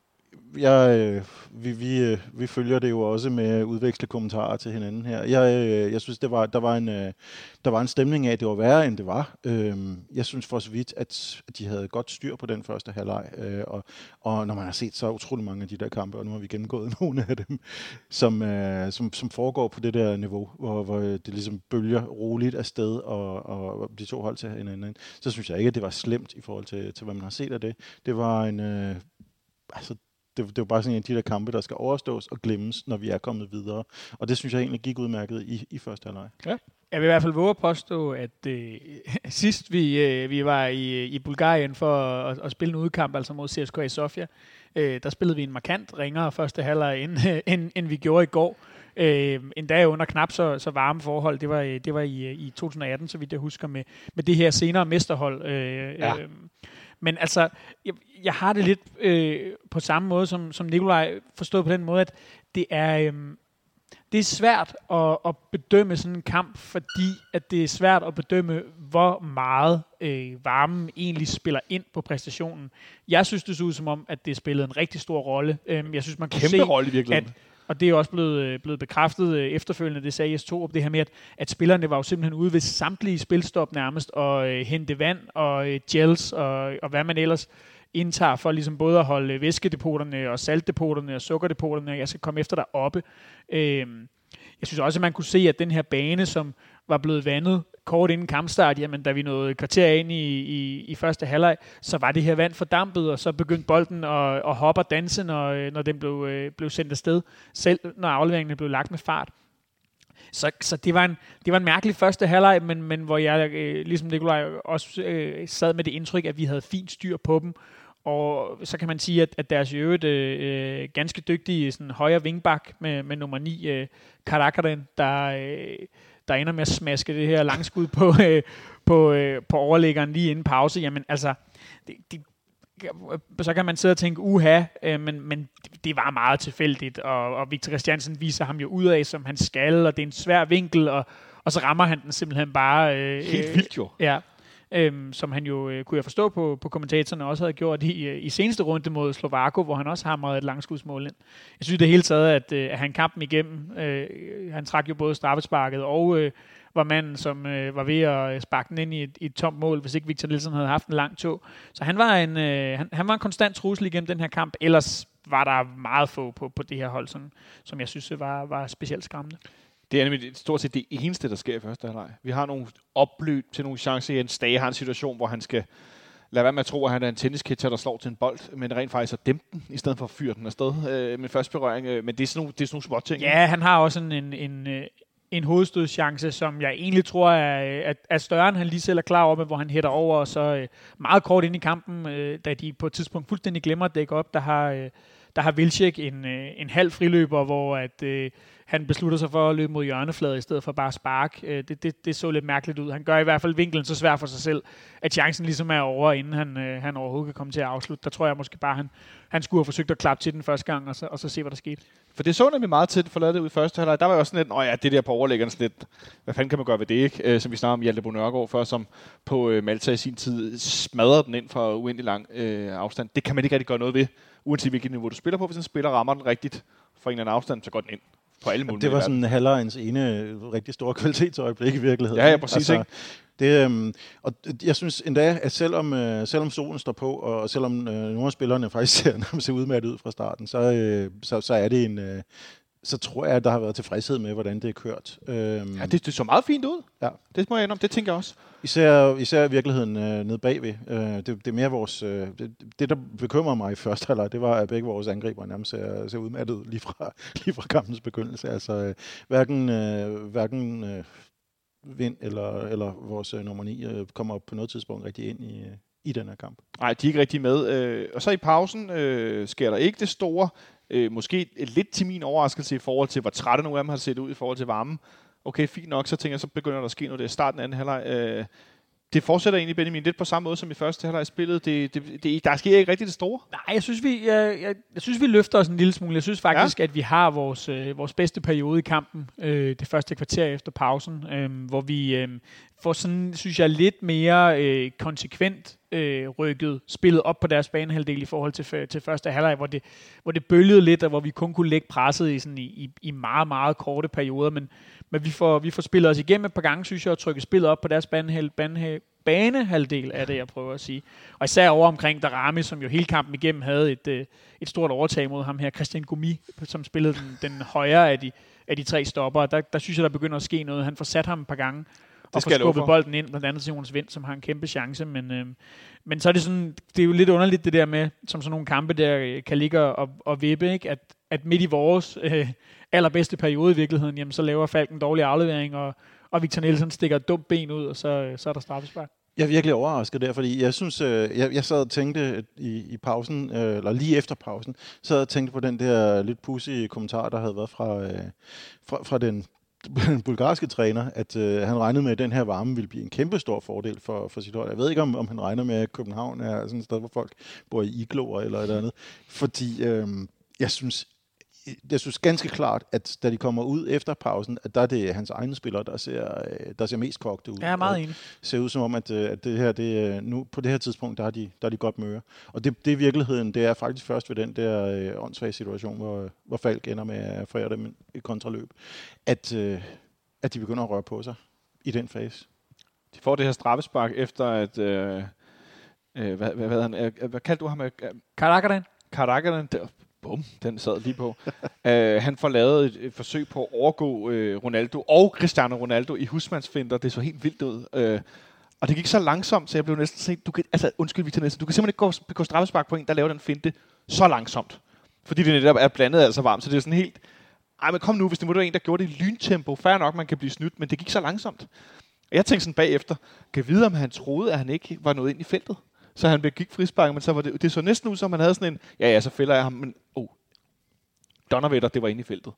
jeg, øh, vi, vi, øh, vi følger det jo også med at udveksle kommentarer til hinanden her. Jeg, øh, jeg synes, det var, der, var en, øh, der var en stemning af, at det var værre, end det var. Øh, jeg synes for så vidt, at de havde godt styr på den første halvleg. Øh, og, og når man har set så utrolig mange af de der kampe, og nu har vi gennemgået nogle af dem, som, øh, som, som foregår på det der niveau, hvor, hvor det ligesom bølger roligt afsted, og, og de to hold til hinanden, så synes jeg ikke, at det var slemt i forhold til, til hvad man har set af det. Det var en... Øh, altså, Det, det var bare sådan en af de der kampe, der skal overstås og glemmes, når vi er kommet videre. Og det synes jeg egentlig gik udmærket i, i første halvleg. Ja. Jeg vil i hvert fald våge at påstå, at øh, sidst vi, øh, vi var i, i Bulgarien for at, at spille en udkamp, altså mod C S K A Sofia, øh, der spillede vi en markant ringere første halvleg, end, øh, end, end vi gjorde i går. Øh, en dag under knap så, så varme forhold. Det var, det var i, i to tusind og atten, så vidt jeg husker, med, med det her senere mesterhold. Øh, ja. øh, Men altså, jeg, jeg har det lidt øh, på samme måde som, som Nikolaj, forstået på den måde, at det er, øh, det er svært at, at bedømme sådan en kamp, fordi at det er svært at bedømme, hvor meget øh, varmen egentlig spiller ind på præstationen. Jeg synes, det så ud som om, at det spillede en rigtig stor rolle. Øh, jeg synes, man kan Kæmpe se, rolle i virkeligheden. At og det er også blevet, blevet bekræftet øh, efterfølgende, det sagde Jes Torup, det her med, at, at spillerne var jo simpelthen ude ved samtlige spilstop nærmest, og øh, hente vand og øh, gels, og, og hvad man ellers indtager for ligesom både at holde væskedepoterne og saltdepoterne og sukkerdepoterne, og jeg skal komme efter dig oppe. Øh, jeg synes også, at man kunne se, at den her bane, som var blevet vandet kort inden kampstart, jamen da vi nåede et kvarter ind i, i, i første halvleg, så var det her vand fordampet, og så begyndte bolden at, at hoppe og danse, når, når den blev, blev sendt afsted, selv når afleveringerne blev lagt med fart. Så, så det, var en, det var en mærkelig første halvleg, men, men hvor jeg, øh, ligesom Nikolaj, også øh, sad med det indtryk, at vi havde fint styr på dem. Og så kan man sige, at, at deres i øvrigt øh, ganske dygtige sådan, højre vingbak med, med nummer ni, øh, Karakaren, der... Øh, der ender med at smaske det her langskud på, øh, på, øh, på overlæggeren lige inden pause, jamen altså, det, det, så kan man sidde og tænke, uha, øh, men, men det, det var meget tilfældigt, og, og Victor Christiansen viser ham jo ud af, som han skal, og det er en svær vinkel, og, og så rammer han den simpelthen bare... Øh, Helt vildt jo. Ja. Øhm, som han jo, øh, kunne jeg forstå på, på kommentatorerne, også havde gjort i, i seneste runde mod Slovako, hvor han også hamrede et langskudsmål ind. Jeg synes det hele taget, at, øh, at han kampen igennem, øh, han trak jo både straffesparket og øh, var manden, som øh, var ved at sparke den ind i et, i et tomt mål, hvis ikke Victor Nielsen havde haft en lang tog. Så han var en, øh, han, han var en konstant trussel igennem den her kamp. Ellers var der meget få på, på det her hold, som, som jeg synes var, var specielt skræmmende. Det er nemlig stort set det eneste, der sker i første halvleg. Vi har nogle opløb til nogle chancer. Jens Dage har en situation, hvor han skal lade være med at tro, at han er en tennisketcher, der slår til en bold, men rent faktisk at dæmpe den, i stedet for at fyre den afsted øh, med første berøring. Øh, men det er sådan nogle, det er sådan nogle små ting. Ja, han har også en, en, en, en hovedstødschance, som jeg egentlig tror er, at, er større, end han lige selv er klar over med, hvor han hætter over, og så øh, meget kort ind i kampen, øh, da de på et tidspunkt fuldstændig glemmer at dække op, der har, øh, der har Wilczek en, øh, en halv friløber, hvor at... Øh, han beslutter sig for at løbe mod hjørnefladet i stedet for bare spark. Det, det, det så lidt mærkeligt ud. Han gør i hvert fald vinklen så svær for sig selv, at chancen ligesom er over, inden han, øh, han overhovedet kan komme til at afslutte. Der tror jeg måske bare, han, han skulle have forsøgt at klappe til den første gang, og så, og så se, hvad der skete. For det så nemlig meget til at forlade det ud i første halvleg. Der var jo også sådan lidt, åh ja, det der på overlæggeren sådan lidt, hvad fanden kan man gøre ved det, ikke? Øh, som vi snakker om Hjalte Bo Nørgaard før, som på øh, Malta i sin tid smadrede den ind for uendelig lang øh, afstand. Det kan man ikke rigtig gøre noget ved, uanset hvilket niveau du spiller på. Hvis en spiller rammer den rigtigt for en eller anden afstand, så går den ind. På alle det var sådan halvlegens ene rigtig store kvalitetsøjeblik i virkeligheden. Ja, ja, præcis. Altså, ikke? Det, øhm, og jeg synes endda, at selvom, øh, selvom solen står på, og selvom øh, nogle af spillerne faktisk ser, ser udmattet ud fra starten, så, øh, så, så er det en... Øh, så tror jeg, at der har været tilfredshed med, hvordan det er kørt. Øhm, ja, det, det så meget fint ud. Ja. Det må jeg indrømme, det tænker jeg også. Især, især i virkeligheden øh, nede bagved. Øh, det, det er mere vores... Øh, det, det, der bekymrer mig i første halvleg, det var, at begge vores angriber nærmest ser, ser udmattet lige fra, lige fra kampens begyndelse. Altså, øh, hverken, øh, hverken øh, Vind eller, eller vores øh, nummer ni øh, kommer på noget tidspunkt rigtig ind i... Øh, i den her kamp. Nej, de er ikke rigtig med. Øh, og så i pausen øh, sker der ikke det store. Øh, måske lidt til min overraskelse i forhold til, hvor trætte nogle af dem har set ud i forhold til varmen. Okay, fint nok, så tænker jeg, så begynder der at ske noget. Det er starten af anden halvleg. Øh, det fortsætter egentlig, Benjamin, lidt på samme måde som i første halvleg spillet. Det, det, det, der sker ikke rigtig det store. Nej, jeg synes, vi, jeg, jeg, jeg synes, vi løfter os en lille smule. Jeg synes faktisk, ja. at vi har vores, øh, vores bedste periode i kampen. Øh, det første kvarter efter pausen, øh, hvor vi øh, får sådan, synes jeg, lidt mere øh, konsekvent øh, rykket spillet op på deres banehalvdel i forhold til, til første halvleg, hvor det, hvor det bølgede lidt, og hvor vi kun kunne lægge presset i, sådan, i, i, i meget, meget korte perioder. Men, men vi, får, vi får spillet os igennem et par gange, synes jeg, og trykket spillet op på deres banehalvdel. Bane, banehalvdel er det, jeg prøver at sige. Og især over omkring Darami, som jo hele kampen igennem havde et, øh, et stort overtag mod ham her, Christian Goumi, som spillede den, den højre af de, af de tre stopper. Der, der synes jeg, der begynder at ske noget. Han får sat ham et par gange, og får skubbet bolden ind, blandt andet til Jonas Vind, som har en kæmpe chance. Men, øh, men så er det sådan, det er jo lidt underligt det der med, som sådan nogle kampe der kan ligge og, og vippe, ikke? At, at midt i vores øh, allerbedste periode i virkeligheden, jamen, så laver Falk en dårlig aflevering, og, og Victor Nielsen stikker et dumt ben ud, og så, så er der straffespark. Jeg er virkelig overrasket der, fordi jeg synes, øh, jeg, jeg sad og tænkte i, i pausen, øh, eller lige efter pausen, så sad og tænkte på den der lidt pussy kommentar, der havde været fra, øh, fra, fra den den bulgarske træner, at øh, han regnede med, at den her varme ville blive en kæmpe stor fordel for, for sit hold. Jeg ved ikke, om, om han regner med, at København er sådan et sted, hvor folk bor i igloer eller et andet. Fordi øh, jeg synes, jeg synes ganske klart, at da de kommer ud efter pausen, at der er det hans egne spillere, der ser, der ser mest kogte ud. Jeg er meget enig. Det ser ud som om, at, at det her, det, nu, på det her tidspunkt, der er de, der er de godt møre. Og det, det er virkeligheden, det er faktisk først ved den der øh, åndssvage situation, hvor, hvor Falk ender med at forære dem et kontraløb, at, øh, at de begynder at røre på sig i den fase. De får det her straffespark efter, at... Øh, øh, hvad, hvad, hvad, hvad, hvad, hvad kaldte du ham? Karakadan. Karakadan, bum, den sad lige på. uh, han får lavet et, et forsøg på at overgå uh, Ronaldo og Cristiano Ronaldo i husmandsfinter. Det så helt vildt ud. Uh, og det gik så langsomt, så jeg blev næsten set, du kan, altså undskyld Victor Nielsen, du kan simpelthen ikke gå, gå straffespark på en, der laver den finte så langsomt. Fordi det netop er blandet altså varmt, så det er sådan helt, ej men kom nu, hvis det var en, der gjorde det i lyntempo, fair nok, man kan blive snydt, men det gik så langsomt. Og jeg tænkte sådan bagefter, kan jeg vide, om han troede, at han ikke var nået ind i feltet? Så han gik frispark, men så var det, det så næsten ud, som han havde sådan en, ja ja, så fælder jeg ham, men oh, Donnervetter, det var inde i feltet.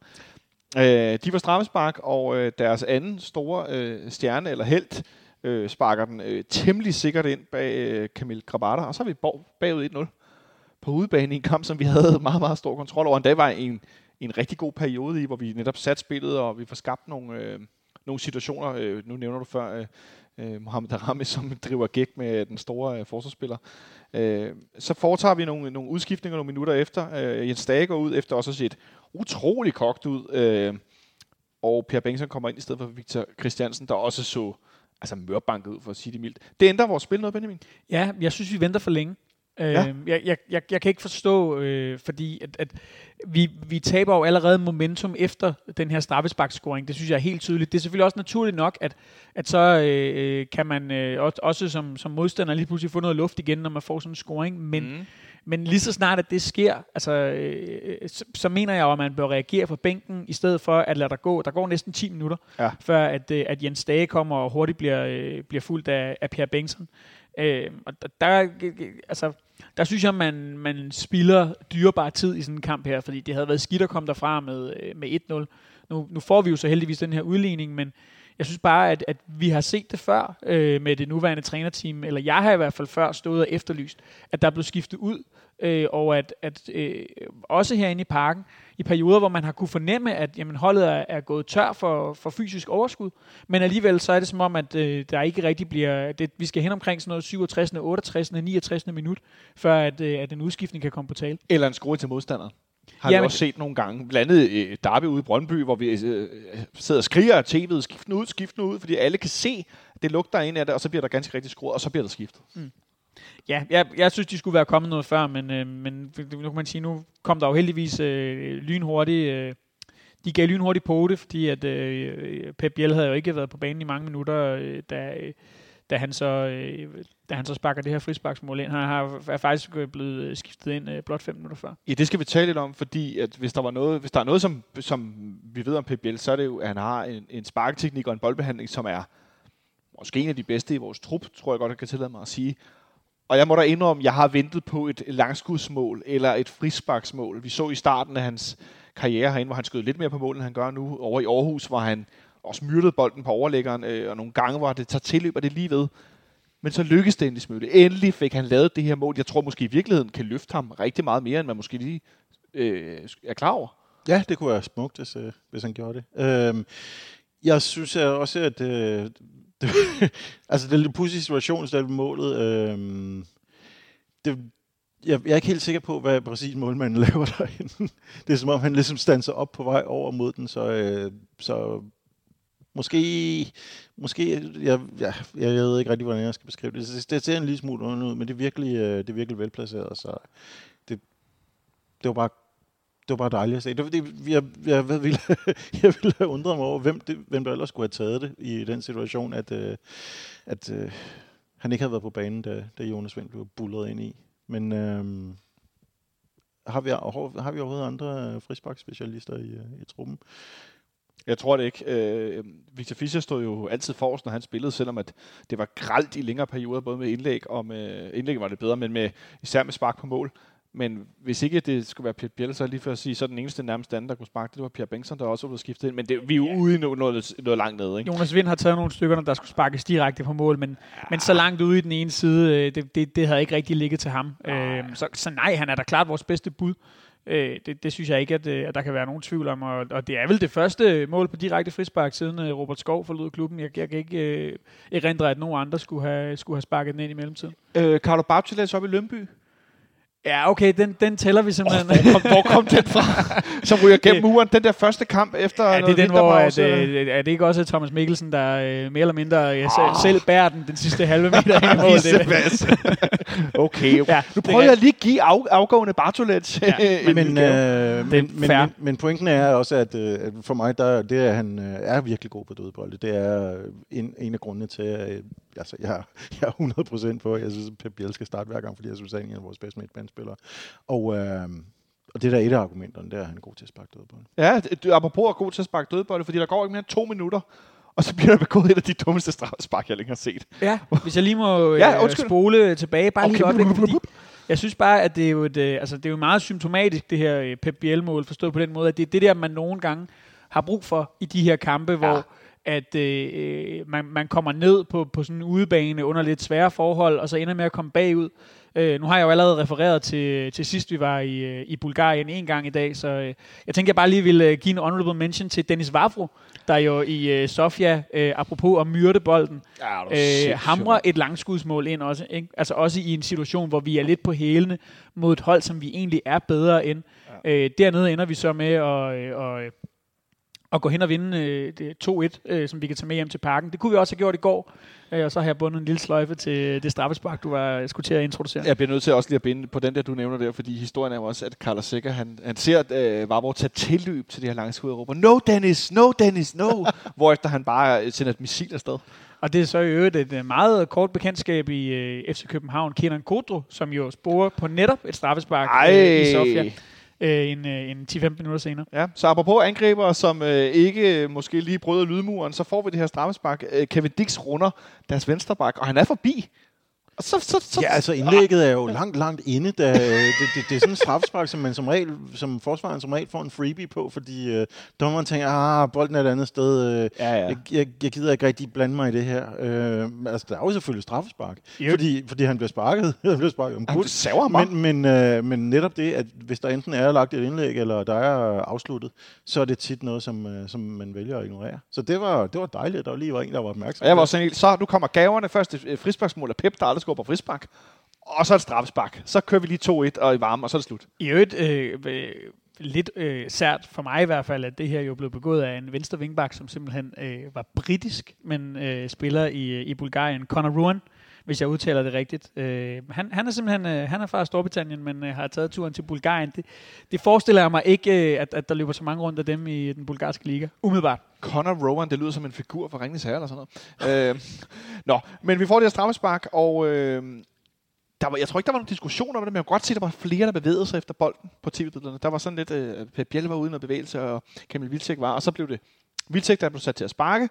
Øh, de var straffespark, og øh, deres anden store øh, stjerne, eller helt, øh, sparker den øh, temmelig sikkert ind bag øh, Kamil Grabara, og så er vi bagud et nul på på udebane i en kamp, som vi havde meget, meget stor kontrol over. Og det var en, en rigtig god periode i, hvor vi netop satte spillet, og vi får skabt nogle, øh, nogle situationer. Øh, nu nævner du før øh, Mohamed Darami, som driver gæk med den store øh, forsvarsspiller. Øh, så foretager vi nogle, nogle udskiftninger nogle minutter efter. Øh, Jens Stage går ud efter også at se et utroligt kogt ud. Øh, og Per Bengtsson kommer ind i stedet for Victor Christiansen, der også så altså mørbanket ud, for at sige det mildt. Det ændrer vores spil noget, Benjamin? Ja, jeg synes, vi venter for længe. Ja. Øh, jeg, jeg, jeg, jeg kan ikke forstå, øh, fordi at, at vi, vi taber jo allerede momentum efter den her straffesparkscoring. Det synes jeg er helt tydeligt. Det er selvfølgelig også naturligt nok, at, at så øh, kan man øh, også som, som modstander lige pludselig få noget luft igen, når man får sådan en scoring. Men, mm. men lige så snart, at det sker, altså, øh, så, så mener jeg jo, at man bør reagere på bænken, i stedet for at lade der gå. Der går næsten ti minutter, ja. før at, øh, at Jens Stage kommer og hurtigt bliver, øh, bliver fuldt af, af Per Bengtsson. Øh, og der, altså, der synes jeg, man, man spilder dyrebar tid i sådan en kamp her, fordi det havde været skidt at komme derfra med, med et nul. Nu, nu får vi jo så heldigvis den her udligning, men jeg synes bare, at, at vi har set det før øh, med det nuværende trænerteam, eller jeg har i hvert fald før stået og efterlyst, at der blev skiftet ud, øh, og at, at øh, også herinde i parken, i perioder, hvor man har kunne fornemme, at jamen, holdet er, er gået tør for, for fysisk overskud, men alligevel så er det som om, at øh, der ikke rigtig bliver, det, vi skal hen omkring sådan noget syvogtres, otteogtres, niogtres minut, før at, øh, at en udskiftning kan komme på tale. Eller en score til modstanderen. Har Jamen, vi også set nogle gange. Blandt andet øh, Derby ude i Brøndby, hvor vi øh, sidder og skriger af tv'et, skift nu ud, skift nu ud, fordi alle kan se, at det lugter ind af det, og så bliver der ganske rigtig skruet, og så bliver der skiftet. Mm. Ja, jeg, jeg synes, de skulle være kommet noget før, men, øh, men nu kan man sige, nu kom der jo heldigvis øh, lynhurtigt. Øh, de gav lynhurtigt på det, fordi at øh, Pep Biel havde jo ikke været på banen i mange minutter, øh, da, da, han så, øh, da han så sparker det her frisparksmål ind. Han har, er faktisk blevet skiftet ind øh, blot fem minutter før. Ja, det skal vi tale lidt om, fordi at hvis der var noget, hvis der er noget, som, som vi ved om Pep Biel, så er det jo, at han har en, en sparketeknik og en boldbehandling, som er måske en af de bedste i vores trup, tror jeg godt, jeg kan tillade mig at sige. Og jeg må da indrømme, at jeg har ventet på et langskudsmål eller et frisparksmål. Vi så i starten af hans karriere herinde, hvor han skød lidt mere på mål, end han gør nu. Over i Aarhus, hvor han også myrdede bolden på overlæggeren, øh, og nogle gange, hvor det tager tilløb, og det lige ved. Men så lykkedes det endelig smule. Endelig fik han lavet det her mål. Jeg tror måske i virkeligheden kan løfte ham rigtig meget mere, end man måske lige øh, er klar over. Ja, det kunne være smukt, hvis, øh, hvis han gjorde det. Øhm, jeg synes også, at øh, det, altså det er en pudsig situation, så det er målet. Øhm, det, jeg, jeg er ikke helt sikker på, hvad præcis målmanden laver derinde. Det er som om, han ligesom standser op på vej over mod den, så, øh, så måske, måske jeg, jeg, jeg ved ikke rigtig, hvordan jeg skal beskrive det. Det, det ser en lille smule ud, men det er virkelig, det er virkelig velplaceret, så det, det var bare Det var bare dejligt at se. Det, det, jeg, jeg, jeg, ville, jeg ville have undret mig over, hvem, det, hvem der ellers skulle have taget det i den situation, at, øh, at øh, han ikke havde været på banen, da, da Jonas Vind blev buldret ind i. Men øh, har, vi, har vi overhovedet andre frisparksspecialister i, i truppen? Jeg tror det ikke. Øh, Victor Fischer stod jo altid forrest, når han spillede, selvom at det var grelt i længere perioder, både med indlæg og med indlæg var det bedre, men med, især med spark på mål. Men hvis ikke det skulle være Pep Biel, så lige for at sige, så den eneste nærmest anden, der kunne sparke, det var Per Bengtsson, der også var blevet skiftet ind. Men det, vi er jo ude i noget, noget, noget langt nede, ikke? Jonas Vind har taget nogle stykker, der skulle sparkes direkte på mål, men, ja. men så langt ude i den ene side, det, det, det havde ikke rigtig ligget til ham. Øh, så, så nej, han er da klart vores bedste bud. Øh, det, det synes jeg ikke, at, at der kan være nogen tvivl om. Og, og det er vel det første mål på direkte frispark, siden uh, Robert Skov forlod klubben. Jeg, jeg kan ikke uh, erindre, at nogen andre skulle have, skulle have sparket den ind i mellemtiden. Øh, Carlo Bartolets op i Lønby. Ja, okay, den, den tæller vi simpelthen. Oh, hvor, kom, hvor kom den fra? Som ryger gennem muren. Den der første kamp efter ja, noget det er den, hvor at, øh, er det ikke også Thomas Mikkelsen, der øh, mere eller mindre øh, oh. selv bærer den den sidste halve meter hen i mål? Okay, okay. Ja, nu prøver jeg lige at give af, afgående Bartolets. Ja, men, men, øh, men, men, men, men pointen er også, at, at for mig, der, det er, han øh, er virkelig god på dødbold. Det er en, en af grundene til, at altså, jeg, jeg er hundrede procent på, jeg synes, at Pep Biel skal starte hver gang, fordi jeg synes, at han er en af vores bedste midtbanespillere. Og, øh, og det der er et af argumenterne, der er han god til at sparke dødbold. Ja, du, apropos er god til at sparke dødbold, fordi der går ikke mere end to minutter, og så bliver der begået et af de dummeste straffespark, jeg længere har set. Ja, hvis jeg lige må øh, ja, spole tilbage, bare okay. lige et øjeblik, fordi jeg synes bare, at det er jo et, altså, det er jo meget symptomatisk, det her Pep Biel-mål, forstået på den måde, at det er det der, man nogle gange har brug for i de her kampe, ja. hvor at øh, man, man kommer ned på, på sådan en udebane under lidt svære forhold, og så ender med at komme bagud. Øh, nu har jeg jo allerede refereret til, til sidst, vi var i, i Bulgarien en gang i dag, så øh, jeg tænker, jeg bare lige vil give en honorable mention til Dennis Vavro, der jo i øh, Sofia, øh, apropos at myrde bolden, ja, øh, hamrer et langskudsmål ind også. Ikke? Altså også i en situation, hvor vi er lidt på hælene mod et hold, som vi egentlig er bedre end. Ja. Øh, dernede ender vi så med at... Øh, og, og gå hen og vinde øh, det to et, øh, som vi kan tage med hjem til parken. Det kunne vi også have gjort i går, øh, og så har jeg bundet en lille sløjfe til det straffespark, du var skulle til at introducere. Jeg bliver nødt til også lige at binde på den der, du nævner der, fordi historien er jo også, at Carlos Seca, han, han ser øh, Vavro tage tilløb til de her langskud og råber, no Dennis, no Dennis, no, hvorefter han bare sender et missil afsted. Og det er så i øvrigt et meget kort bekendtskab i øh, F C København, Kenan Kodro, som jo sporer på netop et straffespark øh, i Sofia. En, en ti til femten minutter senere. Ja, så apropos angriber, som øh, ikke øh, måske lige bryder lydmuren, så får vi det her straffespark. Øh, Kevin Dix runder deres venstreback, og han er forbi. Og så, så, så, ja, altså indlægget er jo langt, langt inde. Da, det, det, det er sådan en straffespark, som man som regel, som forsvaren som regel får en freebie på, fordi øh, dommeren tænker, ah, bolden er et andet sted. Øh, ja, ja. Jeg, jeg, jeg gider ikke rigtig blande mig i det her. Øh, altså, der er jo selvfølgelig straffespark, fordi, fordi han bliver sparket. han bliver sparket om kul. Men, men, øh, men netop det, at hvis der enten er lagt et indlæg, eller der er afsluttet, så er det tit noget, som, øh, som man vælger at ignorere. Så det var, det var dejligt, at der lige var en, der var opmærksom. Jeg var sådan, så nu kommer gaverne. Først et frisparksmål af Pep, der aldrig skubber frispark. Og så et straffespark. Så kører vi lige to et og i varme, og så er det slut. I øvrigt øh, øh, lidt øh, sært for mig i hvert fald, at det her jo blev begået af en venstre vingbak, som simpelthen øh, var britisk, men øh, spiller i, i Bulgarien. Conor Ruan, hvis jeg udtaler det rigtigt. Øh, han, han er simpelthen øh, han er fra Storbritannien, men øh, har taget turen til Bulgarien. Det, det forestiller jeg mig ikke, øh, at, at der løber så mange rundt af dem i den bulgarske liga. Umiddelbart. Conor Rowan, det lyder som en figur fra Ringenes Herre eller sådan noget. øh, nå, men vi får det her straffespark, og øh, der var, jeg tror ikke, der var nogen diskussion om det, men jeg kunne godt se, at der var flere, der bevægede sig efter bolden på T V-billederne. Der var sådan lidt, øh, Pep Biel var uden at bevægelse, og Kamil Vilcek var, og så blev det Vilcek, der blev sat til at sparke,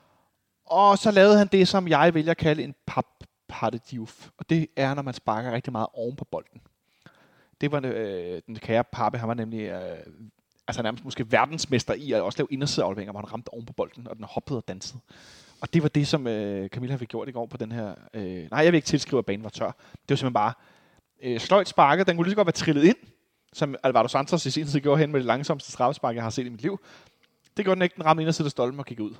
og så lavede han det, som jeg vælger at kalde en pap Pappe-diuf. Og det er, når man sparker rigtig meget oven på bolden. Det var øh, den kære Pappe, han var nemlig øh, altså nærmest måske verdensmester i at også lave indersideafleveringer, hvor han ramte oven på bolden, og den hoppede og dansede. Og det var det, som øh, Camilla fik gjort i går på den her... Øh, nej, jeg vil ikke tilskrive, at banen var tør. Det var simpelthen bare øh, sløjt sparket. Den kunne lige så godt være trillet ind, som Alvaro Santos i sin tid gjorde hen med det langsomste straffespark, jeg har set i mit liv. Det gjorde den ikke. Den ramte inderside af stolpen og gik ud.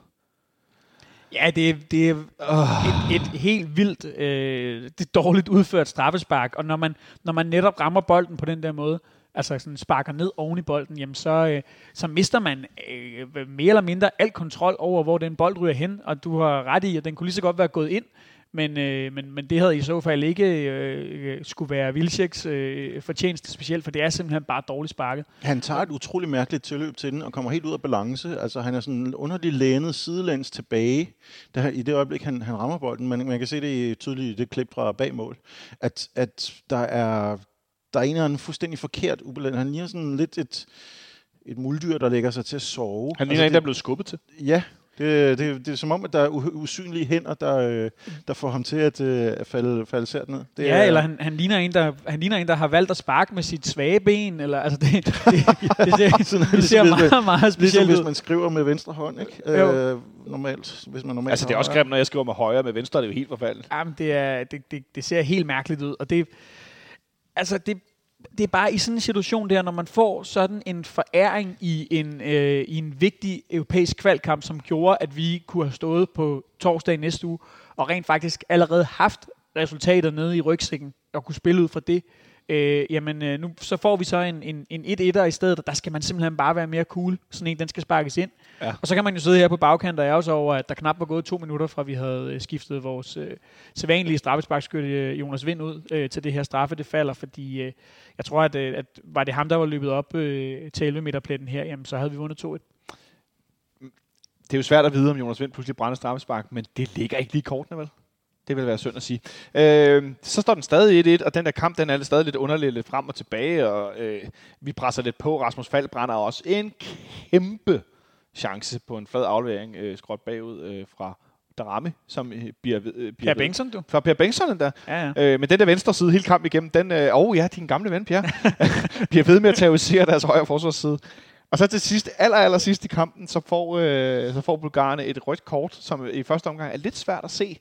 Ja, det er, det er uh. et, et helt vildt, øh, det er dårligt udført straffespark, og når man, når man netop rammer bolden på den der måde, altså sådan sparker ned oven i bolden, jamen så, øh, så mister man øh, mere eller mindre al kontrol over, hvor den bold ryger hen, og du har ret i, at den kunne lige så godt være gået ind, men, øh, men, men det havde i så fald ikke øh, skulle være Vilceks øh, fortjeneste specielt, for det er simpelthen bare dårligt sparket. Han tager et utroligt mærkeligt tilløb til den, og kommer helt ud af balance. Altså han er sådan underligt lænet sidelæns tilbage, der, i det øjeblik, han, han rammer bolden. Man, man kan se det tydeligt i det klip fra bagmål, at, at der er der er en eller anden fuldstændig forkert ubalance. Han ligner sådan lidt et, et muldyr, der lægger sig til at sove. Han ligner altså, en, der er blevet skubbet til. Ja. Det, det, det er som om, at der er usynlige hænder, der, der får ham til at, at falde, falde sært ned. Det ja, er, eller han, han, ligner en, der, han ligner en, der har valgt at sparke med sit svage ben. Eller, altså det, det, det, det ser, sådan, det ser meget, meget, meget specielt ligesom ud. Hvis man skriver med venstre hånd, ikke? Øh, normalt, hvis man normalt altså det er også grimt, når jeg skriver med højre med venstre, det er jo helt forfærdeligt. Jamen, det, er, det, det, det ser helt mærkeligt ud. Og det, altså det... Det er bare i sådan en situation der, når man får sådan en foræring i en, øh, i en vigtig europæisk kvalkamp, som gjorde, at vi kunne have stået på torsdag næste uge, og rent faktisk allerede haft resultater nede i rygsækken, og kunne spille ud fra det. Øh, jamen, øh, nu så får vi så en, en, en et-etter i stedet, og der skal man simpelthen bare være mere cool. Sådan en, den skal sparkes ind. Ja. Og så kan man jo sidde her på bagkant og ærge sig over, at der knap var gået to minutter, fra vi havde øh, skiftet vores øh, sædvanlige straffesparkskytte øh, Jonas Vind ud øh, til det her straffe. Det falder, fordi øh, jeg tror, at, øh, at var det ham, der var løbet op øh, til elleve meter pletten her, jamen så havde vi vundet to et. Det er jo svært at vide, om Jonas Vind pludselig brænder straffespark, men det ligger ikke lige i kortene, vel? Det vil være synd at sige. Øh, så står den stadig et et, og den der kamp, den er stadig lidt underlig, lidt frem og tilbage, og øh, vi presser lidt på. Rasmus Falk brænder også en kæmpe chance på en flad aflevering, øh, skråt bagud øh, fra Darami, som øh, bliver ved. Øh, Per Bengtsson, du? Fra Per Bengtsson, der. Ja, ja. Øh, men den der venstre side, hele kampen igennem, den, øh, oh ja, din gamle ven, Pierre, bliver ved med at terrorisere deres højre forsvarsside. Og så til sidst, aller, aller sidst i kampen, så får, øh, så får bulgarerne et rødt kort, som i første omgang er lidt svært at se.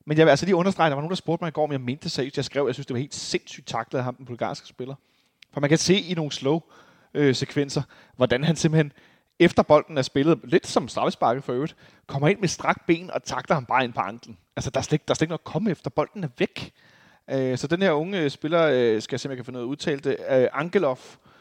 Men jeg vil altså lige understrege, der var nogen, der spurgte mig i går, om jeg mente det seriøst. Jeg skrev, jeg synes, det var helt sindssygt taklet af ham, den bulgarske spiller. For man kan se i nogle slow-sekvenser, hvordan han simpelthen, efter bolden er spillet, lidt som straffesparket for øvrigt, kommer ind med strakt ben og takler ham bare ind på anklen. Altså, der er slet, der er slet ikke noget at komme efter. Bolden er væk. Øh, så den her unge spiller, øh, skal jeg se, om jeg kan finde noget at udtale det, øh, Angelov,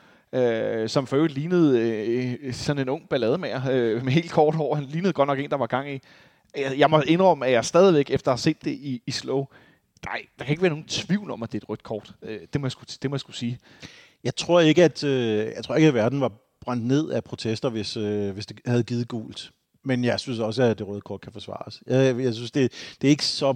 øh, som for øvrigt lignede øh, sådan en ung ballademager øh, med helt kort hår. Han lignede godt nok en, der var gang i. Jeg, jeg må indrømme, at jeg stadigvæk, efter at have set det i, i slow, nej, der kan ikke være nogen tvivl om, at det er et rødt kort. Øh, det, må jeg sgu, det må jeg sgu sige. Jeg tror ikke, at, øh, jeg tror ikke, at verden var brændt ned af protester, hvis, øh, hvis det havde givet gult. Men jeg synes også, at det røde kort kan forsvares. Jeg, jeg synes, det, det er ikke så...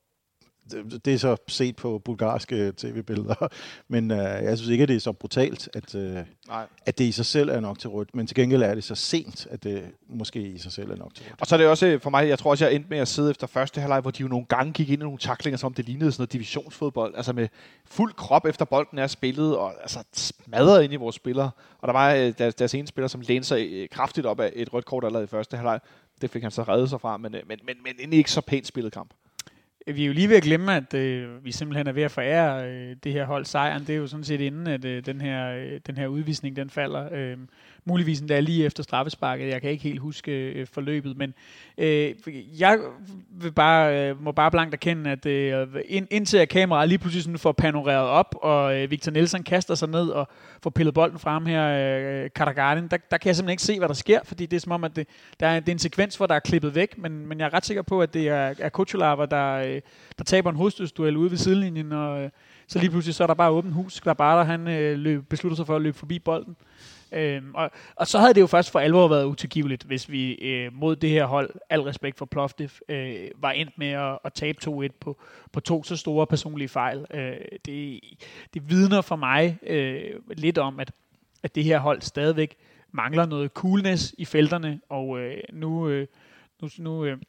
Det er så set på bulgarske tv-billeder, men øh, jeg synes ikke, at det er så brutalt, at, øh, at det i sig selv er nok til rødt. Men til gengæld er det så sent, at det måske i sig selv er nok til rødt. Og så er det også for mig, jeg tror også, jeg endte med at sidde efter første halvleg, hvor de jo nogle gange gik ind i nogle tacklinger, som det lignede sådan noget divisionsfodbold. Altså med fuld krop efter bolden er spillet, og altså smadret ind i vores spillere. Og der var øh, deres, deres ene spiller, som lænede sig øh, kraftigt op af et rødt kort allerede i første halvleg. Det fik han så reddet sig fra, men, øh, men, men, men ikke så pænt spillet kamp. Vi er jo lige ved at glemme, at øh, vi simpelthen er ved at forære øh, det her hold sejren. Det er jo sådan set inden, at øh, den, her, øh, den her udvisning den falder. Øh, muligvis endda lige efter straffesparket. Jeg kan ikke helt huske øh, forløbet, men øh, jeg vil bare, øh, må bare blankt erkende, at øh, ind, indtil kameraet lige pludselig sådan får panoreret op, og øh, Victor Nelsson kaster sig ned og får pillet bolden frem her, øh, Katargarden, der, der kan jeg simpelthen ikke se, hvad der sker, fordi det er som om, at det, der er, det er en sekvens, hvor der er klippet væk, men, men jeg er ret sikker på, at det er, er Kuchulava, der, øh, der taber en hovedstødsduel ude ved sidelinjen, og øh, så lige pludselig så er der bare åbent hus. Klabata, han øh, løb, beslutter sig for at løbe forbi bolden. Øhm, og, og så havde det jo først for alvor været utilgiveligt, hvis vi øh, mod det her hold, al respekt for Plovdiv, øh, var endt med at, at tabe to et på, på to så store personlige fejl. Øh, det, det vidner for mig øh, lidt om, at, at det her hold stadigvæk mangler noget coolness i felterne, og øh, nu, øh, nu, nu øh,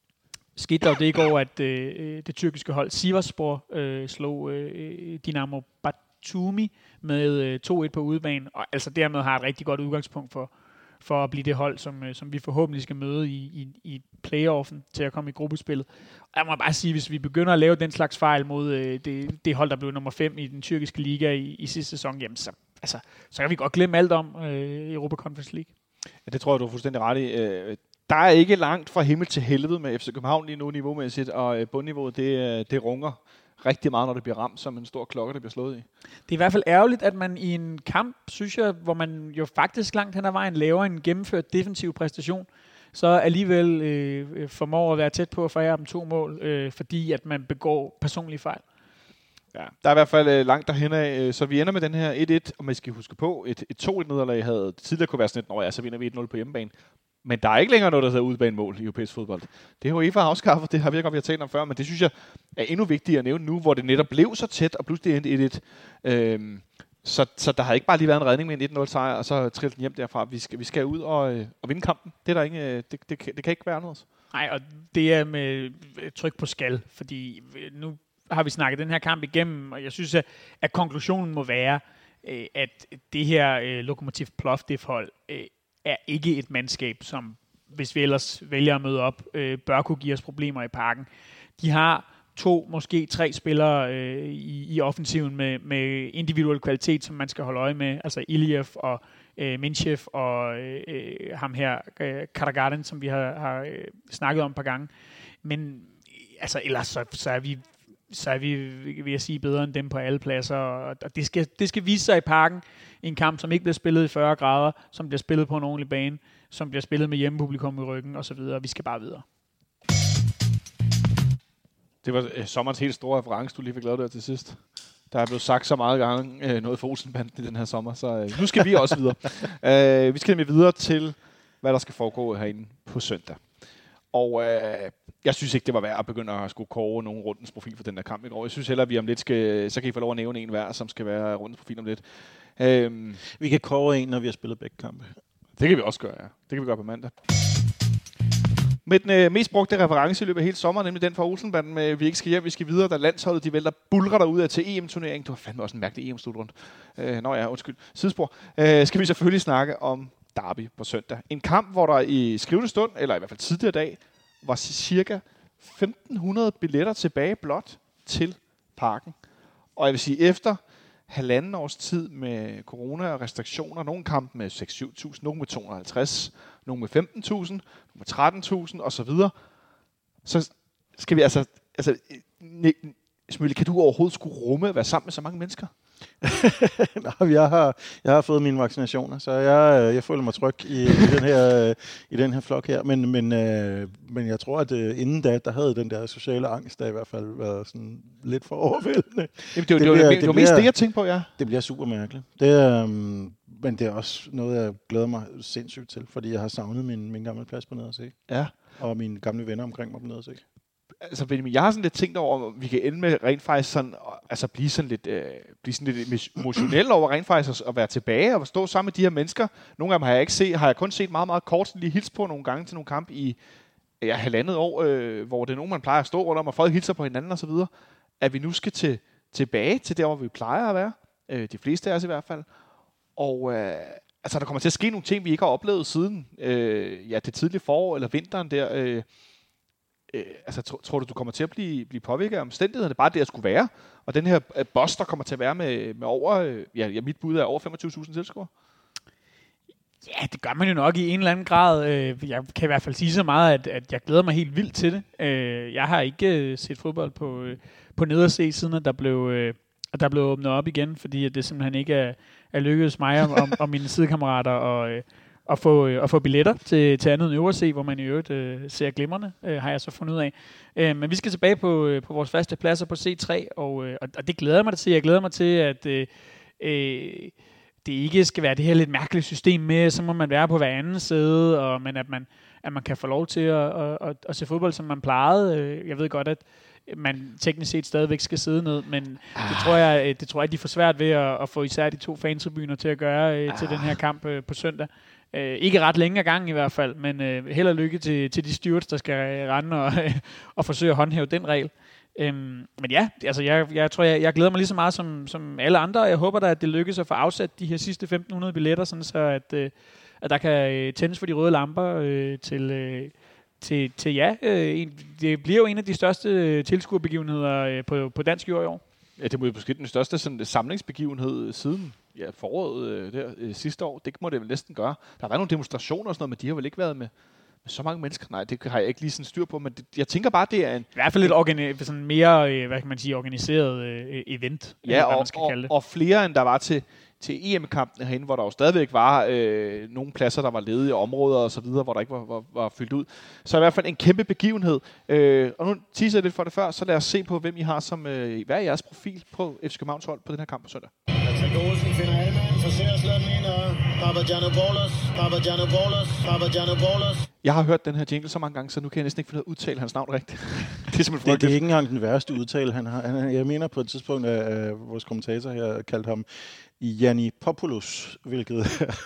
skete der jo det i går, at øh, det tyrkiske hold Sivasspor øh, slog øh, Dinamo Batumi med øh, to et på udebane, og altså dermed har et rigtig godt udgangspunkt for, for at blive det hold, som, øh, som vi forhåbentlig skal møde i, i, i playoffen til at komme i gruppespillet. Og jeg må bare sige, hvis vi begynder at lave den slags fejl mod øh, det, det hold, der blev nummer fem i den tyrkiske liga i, i sidste sæson, jamen så, altså, så kan vi godt glemme alt om øh, Europa Conference League. Ja, det tror jeg, du er fuldstændig ret i. Øh, der er ikke langt fra himmel til helvede med F C København lige nu niveaumæssigt, og bundniveauet, det, det runger rigtig meget, når det bliver ramt som en stor klokke, der bliver slået i. Det er i hvert fald ærgerligt, at man i en kamp, synes jeg, hvor man jo faktisk langt hen ad vejen laver en gennemført defensiv præstation, så alligevel øh, formår at være tæt på at forære dem to mål, øh, fordi at man begår personlige fejl. Ja, der er i hvert fald øh, langt derhen af, så vi ender med den her et et, og man skal huske på, et, et to et-nederlag havde tidligere kunne være sådan et, når ja, så vinder vi et nul på hjemmebane. Men der er ikke længere noget, der hedder udebanemål i europæisk fodbold. Det har UEFA afskaffet, det har vi ikke, vi har talt om før, men det synes jeg er endnu vigtigere at nævne nu, hvor det netop blev så tæt, og pludselig endte et et. Øhm, så, så der har ikke bare lige været en redning med en et nul sejr, og så trille den hjem derfra. Vi skal, vi skal ud og, og vinde kampen. Det, er der ikke, det, det, det kan ikke være noget. Nej, og det er med tryk på skal, fordi nu har vi snakket den her kamp igennem, og jeg synes, at, at konklusionen må være, at det her Lokomotiv Plovdiv-hold er ikke et mandskab, som, hvis vi ellers vælger at møde op, øh, bør kunne give os problemer i parken. De har to, måske tre spillere øh, i, i offensiven med, med individuel kvalitet, som man skal holde øje med. Altså Iliev og øh, Minchev og øh, ham her, øh, Katargarden, som vi har, har øh, snakket om et par gange. Men altså, ellers så, så er vi så er vi, vil jeg sige, bedre end dem på alle pladser. Og det skal, det skal vise sig i parken. En kamp, som ikke bliver spillet i fyrre grader, som bliver spillet på en ordentlig bane, som bliver spillet med hjemmepublikum i ryggen osv. Vi skal bare videre. Det var øh, sommerens helt store reference, du lige fik lavet der til sidst. Der er blevet sagt så meget gange øh, noget for Olsenbanden i den her sommer, så øh, nu skal vi også videre. øh, vi skal nemlig videre til, hvad der skal foregå herinde på søndag. Og øh, jeg synes ikke, det var værd at begynde at skulle kåre nogen rundens profil for den der kamp i går. Jeg synes heller, at vi om lidt skal, så kan I få lov at nævne en hver, som skal være rundens profil om lidt. Øhm, vi kan kåre en, når vi har spillet begge kampe. Det kan vi også gøre, ja. Det kan vi gøre på mandag. Med den øh, mest brugte reference i løbet af hele sommeren, nemlig den fra Olsenbanden med, vi ikke skal hjem, vi skal videre, da landsholdet de vælter bulrer derud af til E M-turnering. Det var fandme også en mærkelig E M-slutrunde. Øh, nå ja, undskyld. Sidespor. Øh, skal vi selvfølgelig snakke om Derby på søndag. En kamp, hvor der i skrivende stund, eller i hvert fald tidligere dag, var cirka femten hundrede billetter tilbage blot til parken. Og jeg vil sige, efter halvanden års tid med corona og restriktioner, nogle kampe med seks til syv tusind, nogle med to hundrede og halvtreds, nogle med femten tusind, nogle med tretten tusind osv., så skal vi altså... altså Smølle, kan du overhovedet skulle rumme at være sammen med så mange mennesker? Nej, jeg har, jeg har fået mine vaccinationer, så jeg, jeg føler mig tryg i, i, den, her, i den her flok her. Men, men, øh, men jeg tror, at øh, inden da, der havde den der sociale angst, der i hvert fald været sådan lidt for overvældende. Jamen, det, det, det, bliver, det, det var mest det, jeg tænkte på, ja. Det bliver super mærkeligt. Det, øh, men det er også noget, jeg glæder mig sindssygt til, fordi jeg har savnet min, min gamle plads på nede at se. Ja. Og mine gamle venner omkring mig på nede at se. Altså, Benjamin, jeg har sådan lidt tænkt over, om vi kan ende med rent faktisk sådan, altså blive sådan lidt, øh, blive sådan lidt emotionel over rent faktisk at være tilbage og stå sammen med de her mennesker. Nogle af dem har jeg ikke set, har jeg kun set meget, meget kort, lige hils på nogle gange til nogle kampe i ja, halvandet år, øh, hvor det er nogen, man plejer at stå rundt om, og folk hilser på hinanden og så videre. At vi nu skal til, tilbage til der, hvor vi plejer at være. Øh, de fleste af os i hvert fald. Og øh, altså, der kommer til at ske nogle ting, vi ikke har oplevet siden øh, ja, det tidlige forår eller vinteren der. Øh, øh, altså, tro, tror du, du kommer til at blive, blive påvirket af omstændighederne? Bare det, at skulle være. Og den her øh, boss, der kommer til at være med, med over, øh, ja, ja, mit bud er over femogtyve tusind tilskuere. Ja, det gør man jo nok i en eller anden grad. Jeg kan i hvert fald sige så meget, at, at jeg glæder mig helt vildt til det. Jeg har ikke set fodbold på, på nederse, siden at der blev, at der blev åbnet op igen, fordi at det simpelthen ikke er, er lykkedes mig og, og mine sidekammerater at, at, få, at få billetter til, til andet end øverse, hvor man i øvrigt uh, ser glimrende, uh, har jeg så fundet ud af. Uh, men vi skal tilbage på, på vores faste pladser på C tre, og, uh, og det glæder mig til. Jeg glæder mig til, at... Uh, uh, det ikke skal være det her lidt mærkelige system med, så må man være på hver anden side, og, men at man, at man kan få lov til at, at, at, at se fodbold, som man plejede. Jeg ved godt, at man teknisk set stadigvæk skal sidde ned, men ah. det, tror jeg, det tror jeg, de får svært ved at, at få især de to fantribuner til at gøre ah. til den her kamp på søndag. Uh, ikke ret længe af gangen i hvert fald, men uh, held og lykke til, til de stewards, der skal rende og, og forsøge at håndhæve den regel. Øhm, men ja, altså jeg, jeg tror, jeg, jeg glæder mig lige så meget som, som alle andre, og jeg håber da, at det lykkes at få afsat de her sidste femten hundrede billetter, sådan så at, øh, at der kan øh, tændes for de røde lamper øh, til, øh, til, til ja. Øh, en, det bliver jo en af de største øh, tilskuerbegivenheder øh, på, på dansk jord i år. Ja, det må jo måske den største sådan, samlingsbegivenhed siden ja, foråret øh, der, øh, sidste år. Det må det vel næsten gøre. Der har været nogle demonstrationer og sådan noget, men de har vel ikke været med så mange mennesker. Nej, det har jeg ikke lige sådan styr på, men det, jeg tænker bare, det er en... I hvert fald et organi- sådan mere, hvad kan man sige, organiseret øh, event, ja, eller, hvad man skal og, kalde det. Og flere, end der var til, til E M-kampen herinde, hvor der jo stadigvæk var øh, nogle pladser, der var ledige områder og så videre, hvor der ikke var, var, var fyldt ud. Så i hvert fald en kæmpe begivenhed. Øh, og nu teaser jeg lidt for det før, så lad os se på, hvem I har som... Øh, hvad er jeres profil på F C Københavns hold på den her kamp på søndag? Olsen finder Alman, forsøger slå den ind, og Papagiannopoulos, Papagiannopoulos, Papagiannopoulos. Jeg har hørt den her jingle så mange gange, så nu kan jeg næsten ikke finde ud af at udtale hans navn rigtigt. det, er det, det er ikke engang den værste udtale. Han har, han, jeg mener på et tidspunkt, at uh, vores kommentator her kaldte ham Giannopoulos, hvilket er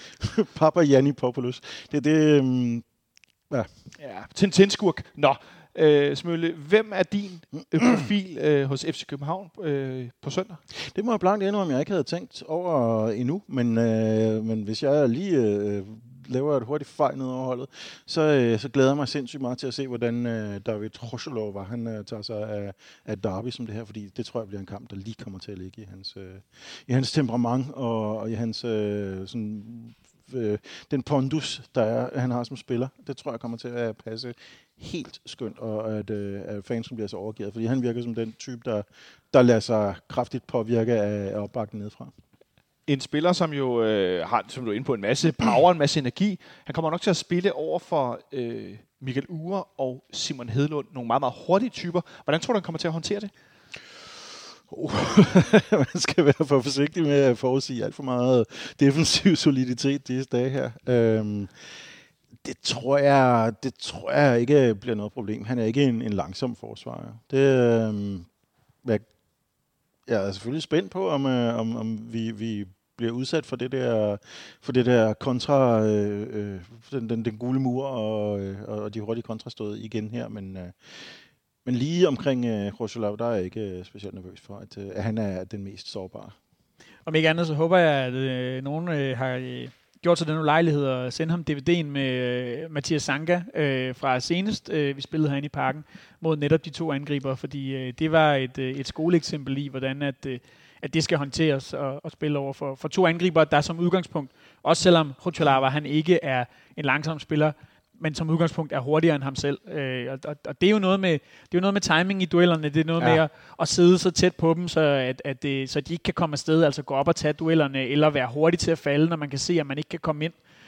Papagiannopoulos. Det er det... Um, ja. ja. Tintin-skurk. Nå. Øh, Smølle, hvem er din øh, profil øh, hos F C København øh, på søndag? Det må jeg blankt indrømme, jeg ikke havde tænkt over endnu, men, øh, men hvis jeg lige øh, laver et hurtigt fejl ned over holdet, så, øh, så glæder jeg mig sindssygt meget til at se, hvordan øh, David Rosolov var. Han øh, tager sig af, af derby som det her, fordi det tror jeg bliver en kamp, der lige kommer til at ligge i hans, øh, i hans temperament og, og i hans øh, sådan, øh, den pondus, der er, han har som spiller. Det tror jeg kommer til at passe helt skønt, og at, øh, at fansen bliver så overgivet, fordi han virker som den type, der, der lader sig kraftigt påvirke af, af opbakken nedefra. En spiller, som jo øh, har, som du er inde på, en masse power, en masse energi. Han kommer nok til at spille over for øh, Michael Uhre og Simon Hedlund, nogle meget, meget hurtige typer. Hvordan tror du, han kommer til at håndtere det? Oh, man skal være for forsigtig med at forudsige alt for meget defensiv soliditet disse dage her. Øhm, Det tror jeg, det tror jeg ikke bliver noget problem. Han er ikke en, en langsom forsvarer. Det, øh, jeg, jeg er selvfølgelig spændt på, om, øh, om, om vi, vi bliver udsat for det der, for det der kontra, øh, øh, den, den, den gule mur og, øh, og de hurtige kontrastød igen her. Men, øh, men lige omkring øh, Rosolov, der er jeg ikke øh, specielt nervøs for, at, øh, at han er den mest sårbare. Om ikke andet, så håber jeg, at øh, nogen øh, har... Øh gjort sig den ulejlighed at sende ham D V D'en med øh, Mathias Sanka øh, fra senest, øh, vi spillede herinde i parken, mod netop de to angriber, fordi øh, det var et, øh, et skoleeksempel i, hvordan at, øh, at det skal håndteres og, og spille over for, for to angriber, der som udgangspunkt, også selvom Ruchalava han ikke er en langsom spiller, men som udgangspunkt er hurtigere end ham selv. Øh, og, og, og det er jo noget med det er jo noget med timing i duellerne. Det er noget ja. med at, at sidde så tæt på dem, så at, at det, så de ikke kan komme afsted, altså gå op og tage duellerne, eller være hurtig til at falde, når man kan se, at man ikke kan komme ind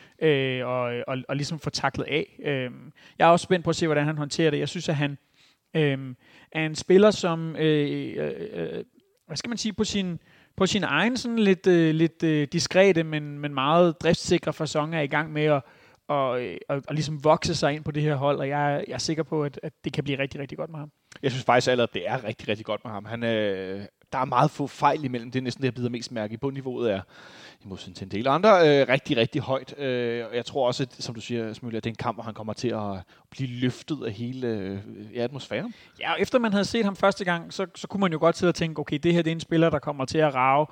øh, og, og, og ligesom få taklet af. Øh, jeg er også spændt på at se, hvordan han håndterer det. Jeg synes, at han øh, er en spiller, som øh, øh, hvad skal man sige, på sin på sin egen sådan lidt øh, lidt øh, diskrete, men men meget driftssikre facon er i gang med at Og, og, og ligesom vokse sig ind på det her hold, og jeg, jeg er sikker på, at, at det kan blive rigtig, rigtig godt med ham. Jeg synes faktisk allerede, at det er rigtig, rigtig godt med ham. Han, øh, der er meget få fejl imellem. Det er næsten det, jeg bider mest mærke i. Bundniveauet er, i modsætning til en del andre, øh, rigtig, rigtig højt. Øh, og jeg tror også, at, som du siger, Smølle, at det er en kamp, hvor han kommer til at blive løftet af hele øh, ja, atmosfæren. Ja, og efter man havde set ham første gang, så, så kunne man jo godt sidde og tænke, okay, det her det er en spiller, der kommer til at rage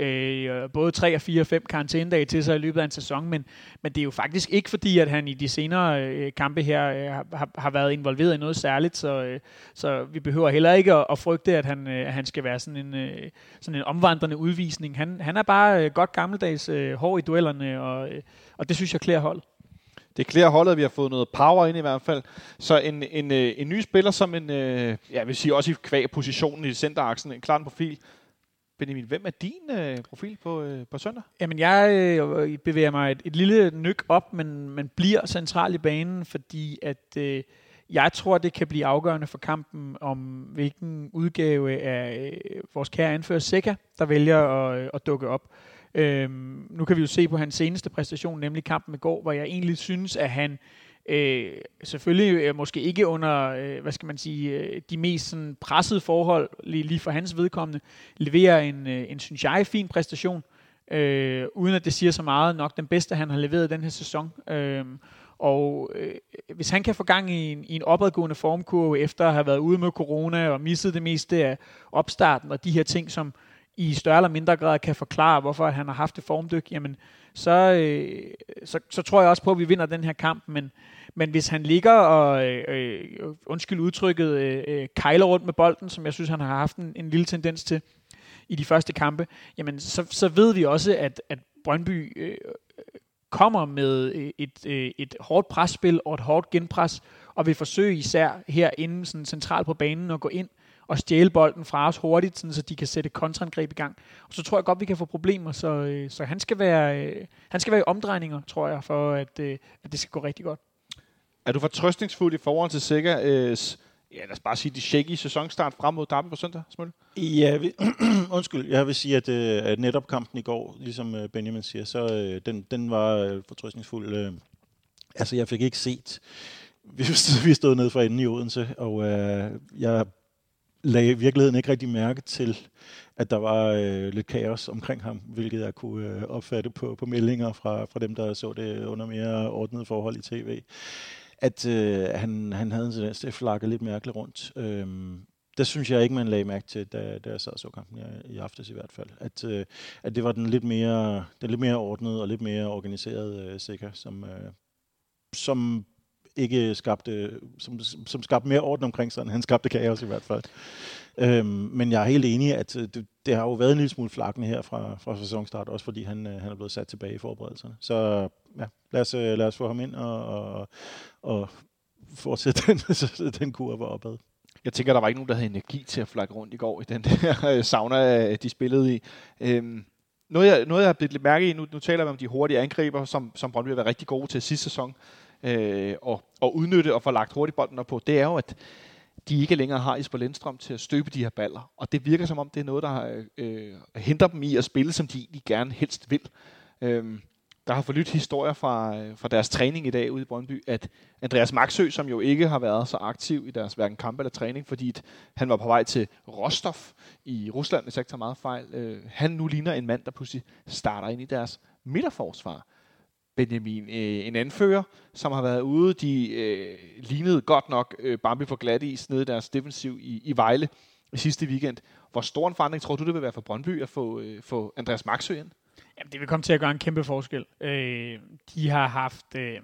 Øh, både tre og fire og fem karantænedage til sig i løbet af en sæson, men, men det er jo faktisk ikke fordi, at han i de senere øh, kampe her øh, har, har været involveret i noget særligt, så, øh, så vi behøver heller ikke at, at frygte, at han, øh, at han skal være sådan en, øh, sådan en omvandrende udvisning. Han, han er bare øh, godt gammeldags øh, hård i duellerne, og, øh, og det synes jeg klæder hold. Det klæder holdet, vi har fået noget power ind i hvert fald. Så en, en, en, en ny spiller, som en, øh, jeg vil sige også i kvæg positionen i centeraksen, en klar profil. Benjamin, hvem er din øh, profil på, øh, på søndag? Jamen, jeg øh, bevæger mig et, et lille nyk op, men, men bliver central i banen, fordi at øh, jeg tror, det kan blive afgørende for kampen om, hvilken udgave af øh, vores kære anfører Seca, der vælger at, øh, at dukke op. Øhm, nu kan vi jo se på hans seneste præstation, nemlig kampen i går, hvor jeg egentlig synes, at han Øh, selvfølgelig øh, måske ikke under, øh, hvad skal man sige, øh, de mest sådan, pressede forhold, lige, lige for hans vedkommende, leverer en, øh, en synes jeg, fin præstation, øh, uden at det siger så meget, nok den bedste, han har leveret den her sæson. Øh, og øh, hvis han kan få gang i en, i en opadgående formkurve, efter at have været ude med corona og misset det meste af opstarten, og de her ting, som i større eller mindre grad kan forklare, hvorfor han har haft et formdyk, jamen, så, øh, så, så tror jeg også på, at vi vinder den her kamp, men Men hvis han ligger og, øh, undskyld udtrykket, øh, kejler rundt med bolden, som jeg synes, han har haft en, en lille tendens til i de første kampe, jamen så, så ved vi også, at, at Brøndby øh, kommer med et, et, et hårdt presspil og et hårdt genpres, og vil forsøge især herinde sådan centralt på banen at gå ind og stjæle bolden fra os hurtigt, sådan, så de kan sætte kontraangreb i gang. Og så tror jeg godt, vi kan få problemer, så, så han, skal være, han skal være i omdrejninger, tror jeg, for at, at det skal gå rigtig godt. Er du fortrøstningsfuld i forhold til Seca? Øh, ja, lad os bare sige, de shaky sæsonstart frem mod Derby på søndag, Smølle? Ja, vi, undskyld. Jeg vil sige, at, øh, at netop kampen i går, ligesom øh, Benjamin siger, så øh, den, den var øh, fortrøstningsfuld. Øh, altså, jeg fik ikke set. Vi, vi stod nede for enden i Odense, og øh, jeg lagde i virkeligheden ikke rigtig mærke til, at der var øh, lidt kaos omkring ham, hvilket jeg kunne øh, opfatte på, på meldinger fra, fra dem, der så det under mere ordnede forhold i tv. At øh, han, han havde en tendens til at flakke lidt mærkeligt rundt. Øhm, det synes jeg ikke, man lagde mærke til, da, da jeg sad og så kampen i, i aftes i hvert fald. At, øh, at det var den lidt mere, den lidt mere ordnede og lidt mere organiserede øh, Seca, som, øh, som ikke skabte, som, som skabte mere orden omkring sig, end han skabte kaos i hvert fald. Øhm, men jeg er helt enig, at det, det har jo været en lille smule flakkende her fra, fra sæsonstart, også fordi han, han er blevet sat tilbage i forberedelserne. Så ja, lad os, lad os få ham ind og, og, og fortsætte den, den kurve opad. Jeg tænker, der var ikke nogen, der havde energi til at flakke rundt i går i den der sauna, de spillede i. Øhm, noget, jeg, noget, jeg har blivet lidt mærke i, nu, nu taler vi om de hurtige angriber, som, som Brøndby har været rigtig gode til sidste sæson, øh, og, og udnytte og få lagt hurtigt bolden op på, det er jo, at de ikke længere har Jesper Lindstrøm til at støbe de her baller. Og det virker som om, det er noget, der øh, henter dem i at spille, som de egentlig gerne helst vil. Øhm, der har forlydt historier fra, øh, fra deres træning i dag ude i Brøndby, at Andreas Maxø, som jo ikke har været så aktiv i deres hverken kamp eller træning, fordi et, han var på vej til Rostov i Rusland, hvis jeg ikke tager meget fejl, øh, han nu ligner en mand, der pludselig starter ind i deres midterforsvar. Benjamin, øh, en anfører, som har været ude. De øh, lignede godt nok øh, Bambi på glat is nede i deres defensiv i, i Vejle i sidste weekend. Hvor stor en forandring tror du, det vil være for Brøndby at få, øh, få Andreas Maxø ind? Jamen, det vil komme til at gøre en kæmpe forskel. Øh, de har haft... Øh,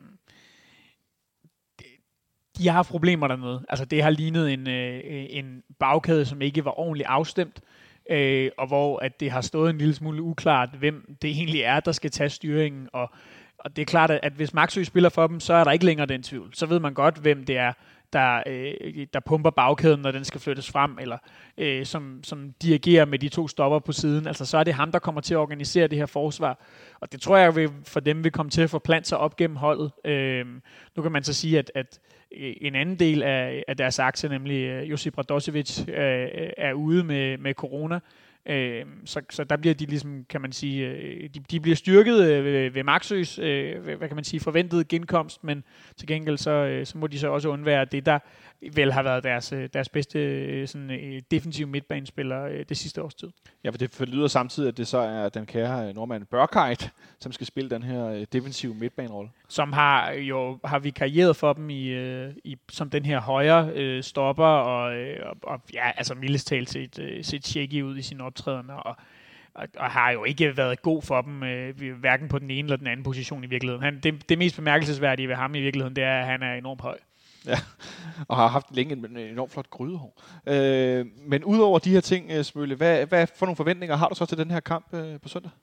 de har haft problemer dernede. Altså, det har lignet en, øh, en bagkæde, som ikke var ordentligt afstemt, øh, og hvor at det har stået en lille smule uklart, hvem det egentlig er, der skal tage styringen. Og, og det er klart, at hvis Maxø spiller for dem, så er der ikke længere den tvivl. Så ved man godt, hvem det er, der, øh, der pumper bagkæden, når den skal flyttes frem, eller øh, som, som dirigerer med de to stopper på siden. Altså, så er det ham, der kommer til at organisere det her forsvar. Og det tror jeg, vil, for dem vil komme til at forplante sig op gennem holdet. Øh, nu kan man så sige, at, at en anden del af, af deres akse, nemlig Josip Radosevic, øh, er ude med, med corona. Øh, så, så der bliver de ligesom, kan man sige, øh, de, de bliver styrket øh, ved, ved Maxøs, øh, hvad kan man sige, forventet genkomst, men til gengæld så, øh, så må de så også undvære det, der vel har været deres, deres bedste øh, sådan, øh, defensive midtbanespiller øh, det sidste års tid. Ja, for det lyder samtidig, at det så er den kære nordmand Børkait, som skal spille den her øh, defensive midtbanerolle. Som har jo har vikarieret for dem i, øh, i som den her højre øh, stopper, og, øh, og, og ja, altså mildest talt set, øh, set shaky ud i sine optrædener, og, og, og har jo ikke været god for dem, øh, hverken på den ene eller den anden position i virkeligheden. Han, det, det mest bemærkelsesværdige ved ham i virkeligheden, det er, at han er enormt høj. Ja, og har haft længe en enormt flot grydehår. Øh, men udover de her ting, Smølle, hvad, hvad for nogle forventninger har du så til den her kamp øh, på søndag?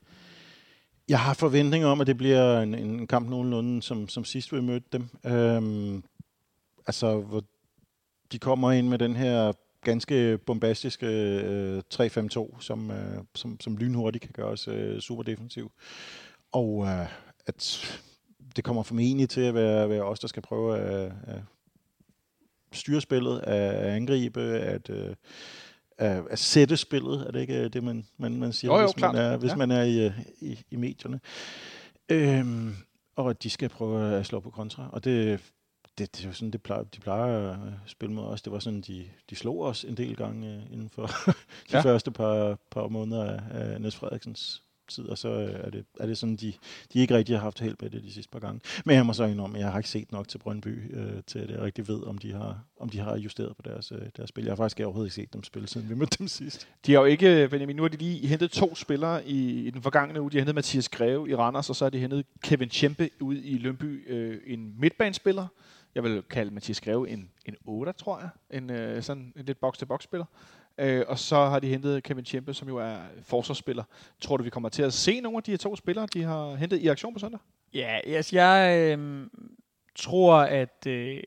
Jeg har forventninger om, at det bliver en, en kamp nogenlunde, som, som sidst vi mødte dem. Øhm, altså, hvor de kommer ind med den her ganske bombastiske øh, tre fem to, som, øh, som, som lynhurtigt kan gøre os øh, super defensiv. Og øh, at det kommer formentlig til at være, være os, der skal prøve at, at styre spillet, at angribe, at, at, at sætte spillet. Er det ikke det, man, man, man siger, jo, jo, hvis, man er, hvis ja. man er i, i, i medierne? Øhm, og at de skal prøve at slå på kontra. Og det, det, det er jo sådan, det plejer, de plejer at spille mod os. Det var sådan, de, de slog os en del gange inden for de ja. første par, par måneder af, af Niels Frederiksens tid, og så er det, er det sådan, de, de ikke rigtig har haft held med det de sidste par gange. Men jeg må så indrømme, at jeg har ikke set nok til Brøndby, øh, til at jeg rigtig ved, om de har, om de har justeret på deres, øh, deres spil. Jeg har faktisk overhovedet ikke set dem spille, siden vi mødte dem sidst. De har jo ikke, Benjamin, nu har de lige hentet to spillere i, i den forgangne uge. De har hentet Mathias Greve i Randers, og så har de hentet Kevin Tjempe ud i Lyngby, øh, en midtbanespiller. Jeg vil kalde Mathias Greve en, en otter, tror jeg. En, øh, sådan en lidt box-til-box-spiller. Øh, og så har de hentet Kevin Tjempe, som jo er forsvarsspiller. Tror du, vi kommer til at se nogle af de her to spillere, de har hentet i aktion på søndag? Ja, yes, jeg øh, tror, at, øh,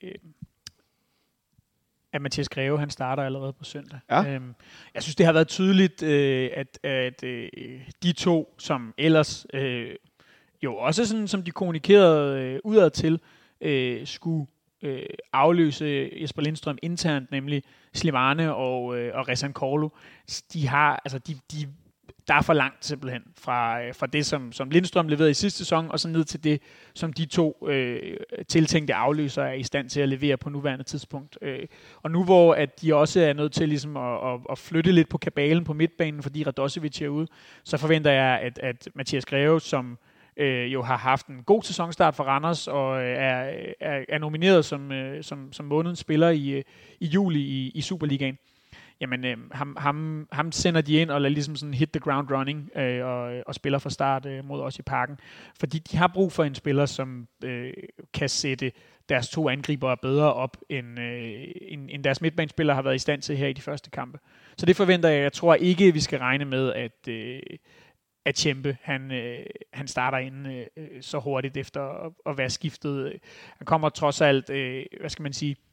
at Mathias Greve, han starter allerede på søndag. Ja. Øhm, jeg synes, det har været tydeligt, øh, at, at øh, de to, som ellers øh, jo også sådan, som de kommunikerede øh, udad til, øh, skulle øh, afløse Jesper Lindstrøm internt, nemlig Slimane og, øh, og Rezan Korlu. De har, altså de, de, der er for langt simpelthen fra, øh, fra det, som, som Lindstrøm leverede i sidste sæson, og så ned til det, som de to øh, tiltænkte afløsere er i stand til at levere på nuværende tidspunkt. Øh, og nu hvor at de også er nødt til ligesom at, at, at flytte lidt på kabalen på midtbanen, fordi Radosevic er ude, så forventer jeg, at, at Mathias Greve, som Øh, jo har haft en god sæsonstart for Randers og øh, er, er, er nomineret som, øh, som, som månedens spiller i, i juli i, i Superligaen. Jamen, øh, ham, ham, ham sender de ind og lader ligesom sådan hit the ground running øh, og, og spiller fra start øh, mod os i Parken. Fordi de har brug for en spiller, som øh, kan sætte deres to angribere bedre op, end, øh, end, end deres midtbanespillere har været i stand til her i de første kampe. Så det forventer jeg. Jeg tror ikke, vi skal regne med, at øh, at Tjempe, han, øh, han starter ind øh, så hurtigt efter at, at være skiftet. Han kommer trods alt, øh, hvad skal man sige,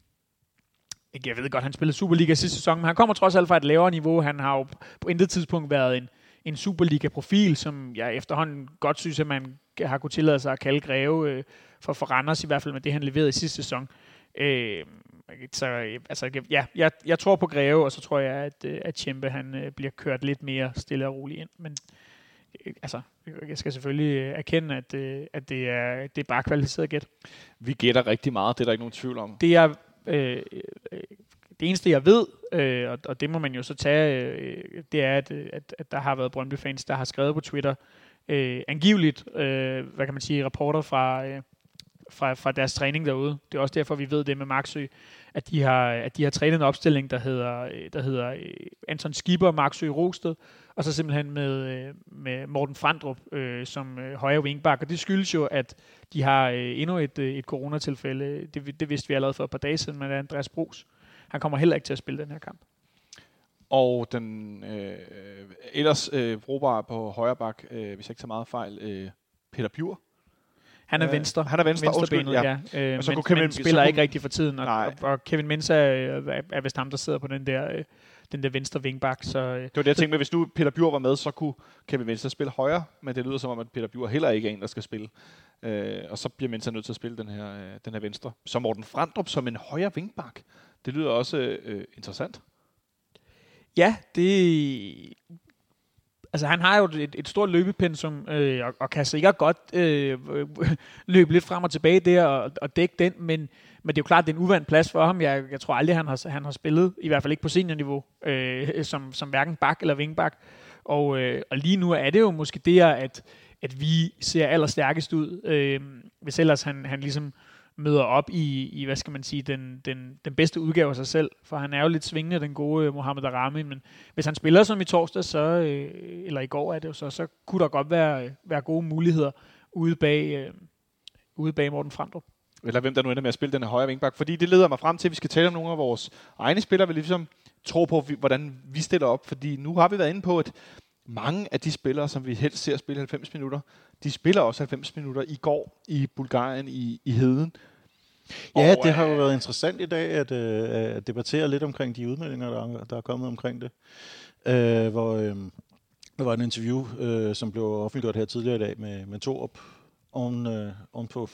jeg ved godt, han spillede Superliga sidste sæson, men han kommer trods alt fra et lavere niveau. Han har jo på intet tidspunkt været en, en Superliga-profil, som jeg efterhånden godt synes, at man har kunnet tillade sig at kalde Greve øh, for, for Randers, i hvert fald med det, han leverede i sidste sæson. Øh, så altså, ja, jeg, jeg tror på Greve, og så tror jeg, at, at Tjempe, han øh, bliver kørt lidt mere stille og roligt ind, men altså, jeg skal selvfølgelig erkende, at, at det, er, det er bare kvalificeret gæt. Vi gætter rigtig meget, det er der ikke nogen tvivl om. Det er øh, det eneste, jeg ved, øh, og, og det må man jo så tage, øh, det er, at, at, at der har været Brøndby-fans, der har skrevet på Twitter, øh, angiveligt, øh, hvad kan man sige, rapporter fra, øh, fra, fra deres træning derude. Det er også derfor, vi ved det med Maxø, at de har, at de har trænet en opstilling, der hedder, der hedder Anton Skipper, Maxø Rosted, og så simpelthen med, øh, med Morten Frandrup øh, som øh, højre wingback. Og det skyldes jo, at de har øh, endnu et, øh, et coronatilfælde. Det, det vidste vi allerede for et par dage siden, men Andreas Brugs. Han kommer heller ikke til at spille den her kamp. Og den øh, ellers øh, brugbare på højre bak, øh, hvis jeg ikke tager meget fejl, øh, Peter Bjur. Han er venstre. Han er venstre, venstrebenet, ja. ja. Øh, men, så men, Kevin, men spiller så ikke rigtig for tiden. Og, og, og Kevin Mensah øh, er, er vist ham, der sidder på den der, øh, den der venstre wingback. Så, øh, det var det, jeg tænkte med, hvis nu Peter Bjur var med, så kunne Kevin Mensah spille højre, men det lyder som om, at Peter Bjur heller ikke er en, der skal spille. Øh, og så bliver Mensah nødt til at spille den her, øh, den her venstre. Så Morten Frandrup som en højre wingback. Det lyder også øh, interessant. Ja, det... Altså, han har jo et, et stort løbepensum, øh, og, og kan sikkert godt øh, løbe lidt frem og tilbage der og, og dække den, men, men det er jo klart, det er en uvant plads for ham. Jeg, jeg tror aldrig, han har, han har spillet, i hvert fald ikke på seniorniveau, øh, som, som hverken bak eller wingback. Og, øh, og lige nu er det jo måske der, at, at vi ser allerstærkest ud, øh, hvis ellers han, han ligesom møder op i, i, hvad skal man sige, den, den, den bedste udgave af sig selv, for han er jo lidt svingende, den gode uh, Mohamed Daramy, men hvis han spiller som i torsdag, så, øh, eller i går er det jo så, så kunne der godt være, være gode muligheder ude bag, øh, ude bag Morten Frandrup. Eller hvem der nu ender med at spille den her højre wingback, fordi det leder mig frem til, at vi skal tale om nogle af vores egne spillere, vi ligesom tror på, hvordan vi stiller op, fordi nu har vi været inde på, at mange af de spillere, som vi helst ser spille halvfems minutter, de spiller også halvfems minutter i går i Bulgarien i, i Heden. Ja, og, det har jo været interessant i dag at, øh, at debattere lidt omkring de udmeldinger, der, der er kommet omkring det. Øh, hvor øh, der var en interview, øh, som blev offentliggjort her tidligere i dag med, med Torup oven, øh, oven på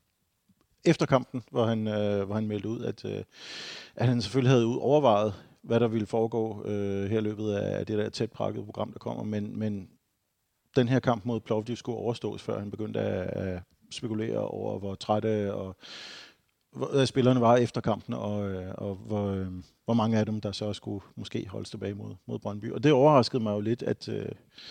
efterkampen, hvor han, øh, hvor han meldte ud, at, øh, at han selvfølgelig havde overvejet, hvad der ville foregå øh, her i løbet af det der tæt prakkede program, der kommer, men, men den her kamp mod Plovdiv skulle overstås, før han begyndte at, at spekulere over, hvor trætte og hvor spillerne var efter kampen, og, og hvor, hvor mange af dem, der så skulle måske holdes tilbage mod, mod Brøndby. Og det overraskede mig jo lidt, at øh,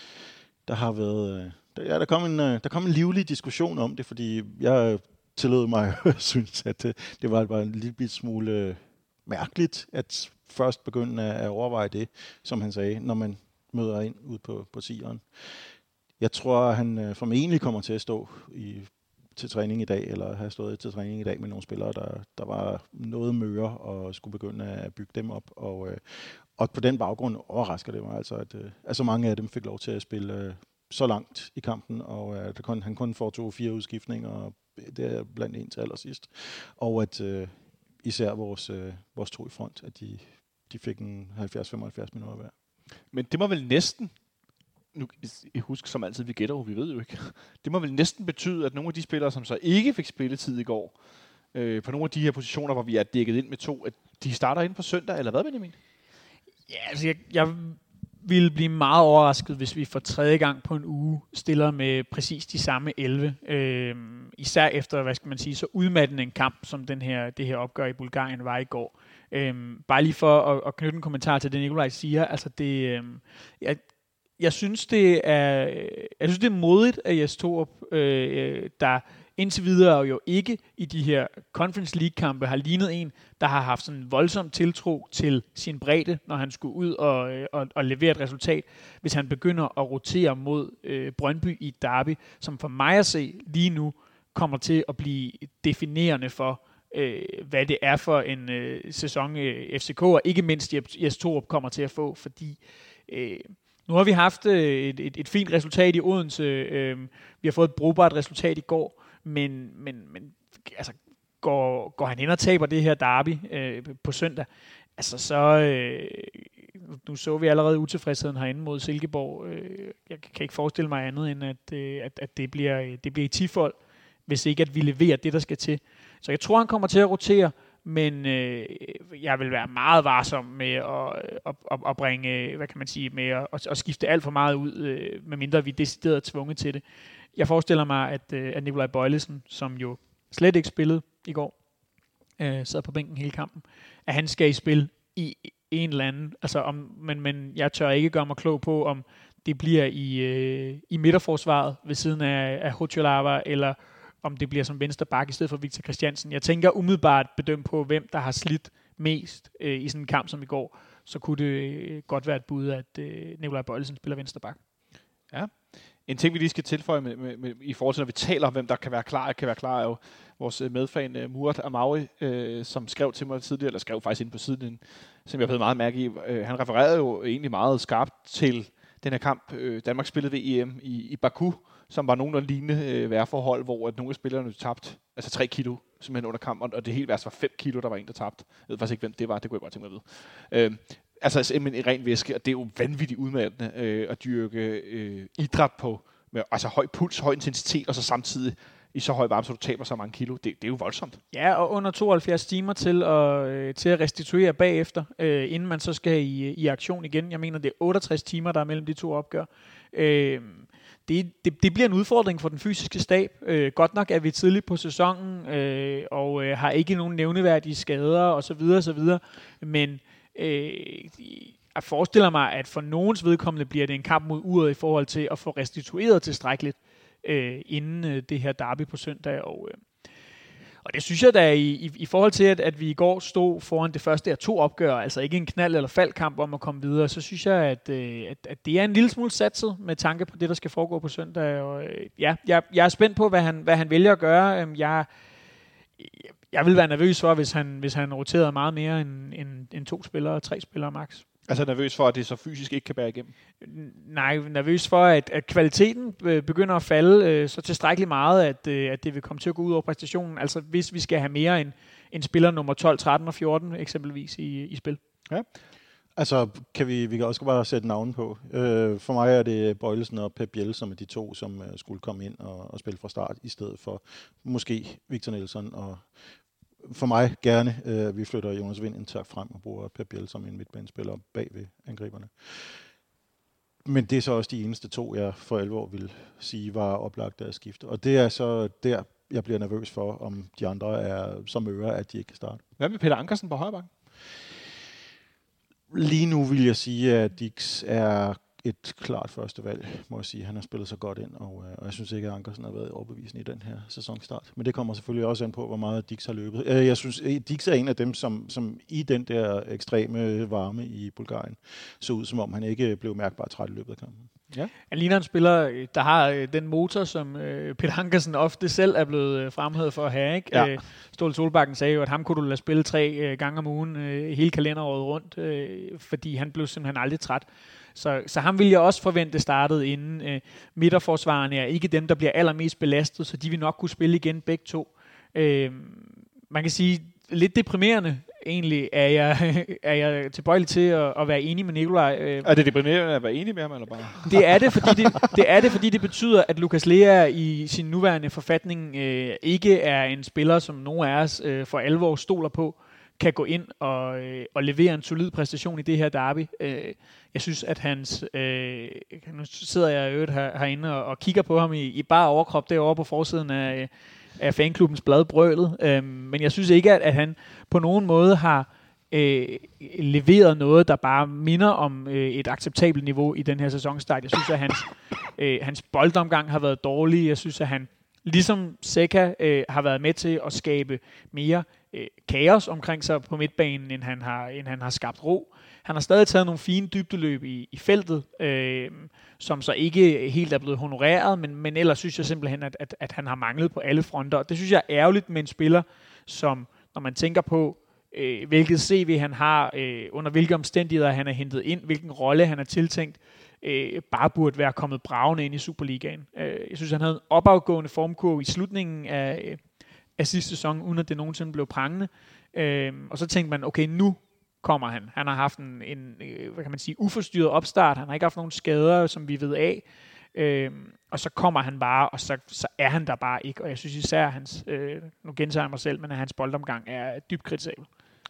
der har været... Der, ja, der, kom en, der kom en livlig diskussion om det, fordi jeg tillod mig at synes, at det, det var bare en lille smule øh, mærkeligt, at først begynde at, at overveje det, som han sagde, når man møder ind ud på, på sigeren. Jeg tror, han øh, formentlig kommer til at stå i til træning i dag, eller have stået til træning i dag med nogle spillere, der, der var noget møre og skulle begynde at bygge dem op. Og, øh, og på den baggrund overrasker det mig altså, at, øh, at så mange af dem fik lov til at spille øh, så langt i kampen, og øh, kun, han kun foretog fire udskiftninger, og det er blandt en til allersidst. Og at øh, især vores, øh, vores to i front, at de, de fik en halvfjerds til femoghalvfjerds minutter hver. Men det må vel næsten nu, I husker som altid, vi gætter jo, vi ved jo ikke. Det må vel næsten betyde, at nogle af de spillere, som så ikke fik spilletid i går, øh, på nogle af de her positioner, hvor vi er dækket ind med to, at de starter ind på søndag, eller hvad, Benjamin? Ja, altså jeg, jeg ville blive meget overrasket, hvis vi for tredje gang på en uge stiller med præcis de samme elleve. Øh, især efter, hvad skal man sige, så udmattende en kamp, som den her, det her opgør i Bulgarien var i går. Øh, bare lige for at, at knytte en kommentar til det, Nikolaj siger. Altså det... Øh, jeg, Jeg synes, det er, jeg synes, det er modigt af Jes Torup, øh, der indtil videre jo ikke i de her Conference League-kampe har lignet en, der har haft sådan en voldsom tiltro til sin bredde, når han skulle ud og, og, og levere et resultat, hvis han begynder at rotere mod øh, Brøndby i et derby, som for mig at se lige nu kommer til at blive definerende for, øh, hvad det er for en øh, sæson øh, F C K, og ikke mindst Jes Torup kommer til at få, fordi... Øh, Nu har vi haft et, et, et fint resultat i Odense. Øh, vi har fået et brugbart resultat i går, men, men, men altså, går, går han hen og taber det her derby øh, på søndag, altså så... Øh, nu så vi allerede utilfredsheden herinde mod Silkeborg. Øh, jeg kan ikke forestille mig andet, end at, øh, at, at det, bliver, det bliver i tifold, hvis ikke at vi leverer det, der skal til. Så jeg tror, han kommer til at rotere, men øh, jeg vil være meget varsom med at, at, at, at bringe, hvad kan man sige, med at, at skifte alt for meget ud, øh, medmindre vi er decideret tvunget til det. Jeg forestiller mig, at, øh, at Nikolaj Bøjlesen, som jo slet ikke spillede i går, øh, sad på bænken hele kampen, at han skal i spil i en eller anden, altså om, men, men jeg tør ikke gøre mig klog på, om det bliver i, øh, i midterforsvaret ved siden af, af Hocholava, eller om det bliver som venstre bak i stedet for Victor Christiansen. Jeg tænker umiddelbart bedømt på, hvem der har slidt mest øh, i sådan en kamp som i går, så kunne det godt være et bud, at øh, Nikolaj Boilesen spiller venstre bak. Ja. En ting, vi lige skal tilføje med, med, med, i forhold til, når vi taler om, hvem der kan være klar, kan være klar, er jo vores medfan uh, Murat Amauri, øh, som skrev til mig tidligere, eller skrev faktisk ind på siden, som jeg har meget mærke i. Uh, han refererede jo egentlig meget skarpt til den her kamp, uh, Danmark spillede ved E M i, i Baku, som var nogenlunde lignende uh, vejrforhold, hvor at nogle af spillerne tabte, altså tre kilo, simpelthen under kampen, og det hele værste var fem kilo, der var en, der tabte. Jeg ved faktisk ikke, hvem det var, det kunne jeg godt tænke mig at vide. Uh, Altså simpelthen en ren væske, og det er jo vanvittigt udmattende øh, at dyrke øh, idræt på, med altså høj puls, høj intensitet, og så samtidig i så høj varme, så du taber så mange kilo. Det, det er jo voldsomt. Ja, og under tooghalvfjerds timer til at, øh, til at restituere bagefter, øh, inden man så skal i, i aktion igen. Jeg mener, det er otteogtres timer, der er mellem de to opgør. Øh, det, det, det bliver en udfordring for den fysiske stab. Øh, godt nok er vi tidligt på sæsonen, øh, og øh, har ikke nogen nævneværdige skader osv. osv. Men Øh, jeg forestiller mig, at for nogens vedkommende bliver det en kamp mod uret i forhold til at få restitueret tilstrækkeligt øh, inden øh, det her derby på søndag. Og, øh, og det synes jeg da i, i, i forhold til, at, at vi i går stod foran det første af to opgør, altså ikke en knald- eller faldkamp om at komme videre, så synes jeg, at, øh, at, at det er en lille smule satset med tanke på det, der skal foregå på søndag. Og, øh, ja, jeg, jeg er spændt på, hvad han, hvad han vælger at gøre. Jeg Jeg vil være nervøs for, hvis han, hvis han roterede meget mere end, end, end to spillere, tre spillere max. Altså nervøs for, at det så fysisk ikke kan bære igennem? Nej, nervøs for, at, at kvaliteten begynder at falde øh, så tilstrækkeligt meget, at, øh, at det vil komme til at gå ud over præstationen. Altså hvis vi skal have mere end, end spiller nummer tolv, tretten og fjorten eksempelvis i, i spil. Ja. Altså, kan vi, vi kan også bare sætte navnen på. Øh, for mig er det Boilesen og Pep Biel, som er de to, som uh, skulle komme ind og, og spille fra start, i stedet for måske Victor Nelsson. Og for mig gerne, øh, vi flytter Jonas Wind en tak frem og bruger Pep Biel som en midtbanespiller bag ved angriberne. Men det er så også de eneste to, jeg for alvor vil sige, var oplagt af skifte. Og det er så der, jeg bliver nervøs for, om de andre er så møre, at de ikke kan starte. Hvad med Peter Ankersen på højre bakke? Lige nu vil jeg sige, at Dix er et klart første valg, må jeg sige. Han har spillet så godt ind, og, øh, og jeg synes ikke, at Ankersen har været overbevisende i den her sæsonstart. Men det kommer selvfølgelig også an på, hvor meget Dix har løbet. Øh, jeg synes, Dix er en af dem, som, som i den der ekstreme varme i Bulgarien så ud, som om han ikke blev mærkbart træt i løbet af kampen. Ja. Han ligner en spiller, der har øh, den motor, som øh, Peter Ankersen ofte selv er blevet øh, fremhævet for at have. Ikke? Ja. Øh, Ståle Solbakken sagde jo, at ham kunne du lade spille tre øh, gange om ugen øh, hele kalenderåret rundt, øh, fordi han blev simpelthen aldrig træt. Så, så ham vil jeg også forvente startet inden. Øh, midterforsvarerne er ikke dem, der bliver allermest belastet, så de vil nok kunne spille igen begge to. Øh, man kan sige, lidt deprimerende egentlig er jeg, er jeg tilbøjelig til at, at være enig med Nikolaj. Er det deprimerende at være enig med ham, eller bare? Det er det, fordi det, det er det, fordi det betyder, at Lukas Lea i sin nuværende forfatning øh, ikke er en spiller, som nogen af os øh, for alvor stoler på, kan gå ind og, øh, og levere en solid præstation i det her derby. Øh, jeg synes, at hans... Øh, nu sidder jeg i øvrigt her, herinde og, og kigger på ham i, i bare overkrop derovre på forsiden af... af fanklubbens blad Brølet, øhm, men jeg synes ikke, at, at han på nogen måde har øh, leveret noget, der bare minder om øh, et acceptabelt niveau i den her sæsonstart. Jeg synes, at hans, øh, hans boldomgang har været dårlig. Jeg synes, at han, ligesom Seca, øh, har været med til at skabe mere øh, kaos omkring sig på midtbanen, end han har, end han har skabt ro. Han har stadig taget nogle fine dybdeløb i, i feltet, øh, som så ikke helt er blevet honoreret, men, men ellers synes jeg simpelthen, at, at, at han har manglet på alle fronter. Det synes jeg er ærgerligt med en spiller, som, når man tænker på, øh, hvilket C V han har, øh, under hvilke omstændigheder han er hentet ind, hvilken rolle han er tiltænkt, øh, bare burde være kommet bragende ind i Superligaen. Øh, jeg synes, han havde en opafgående formkurve i slutningen af, øh, af sidste sæson, uden at det nogensinde blev prangende. Øh, og så tænkte man, okay, nu kommer han. Han har haft en, en hvad kan man sige, uforstyrret opstart. Han har ikke haft nogen skader, som vi ved af. Øhm, og så kommer han bare, og så, så er han der bare ikke. Og jeg synes især, hans, øh, nu gentager jeg mig selv, men at hans boldomgang er dybt kritisabel.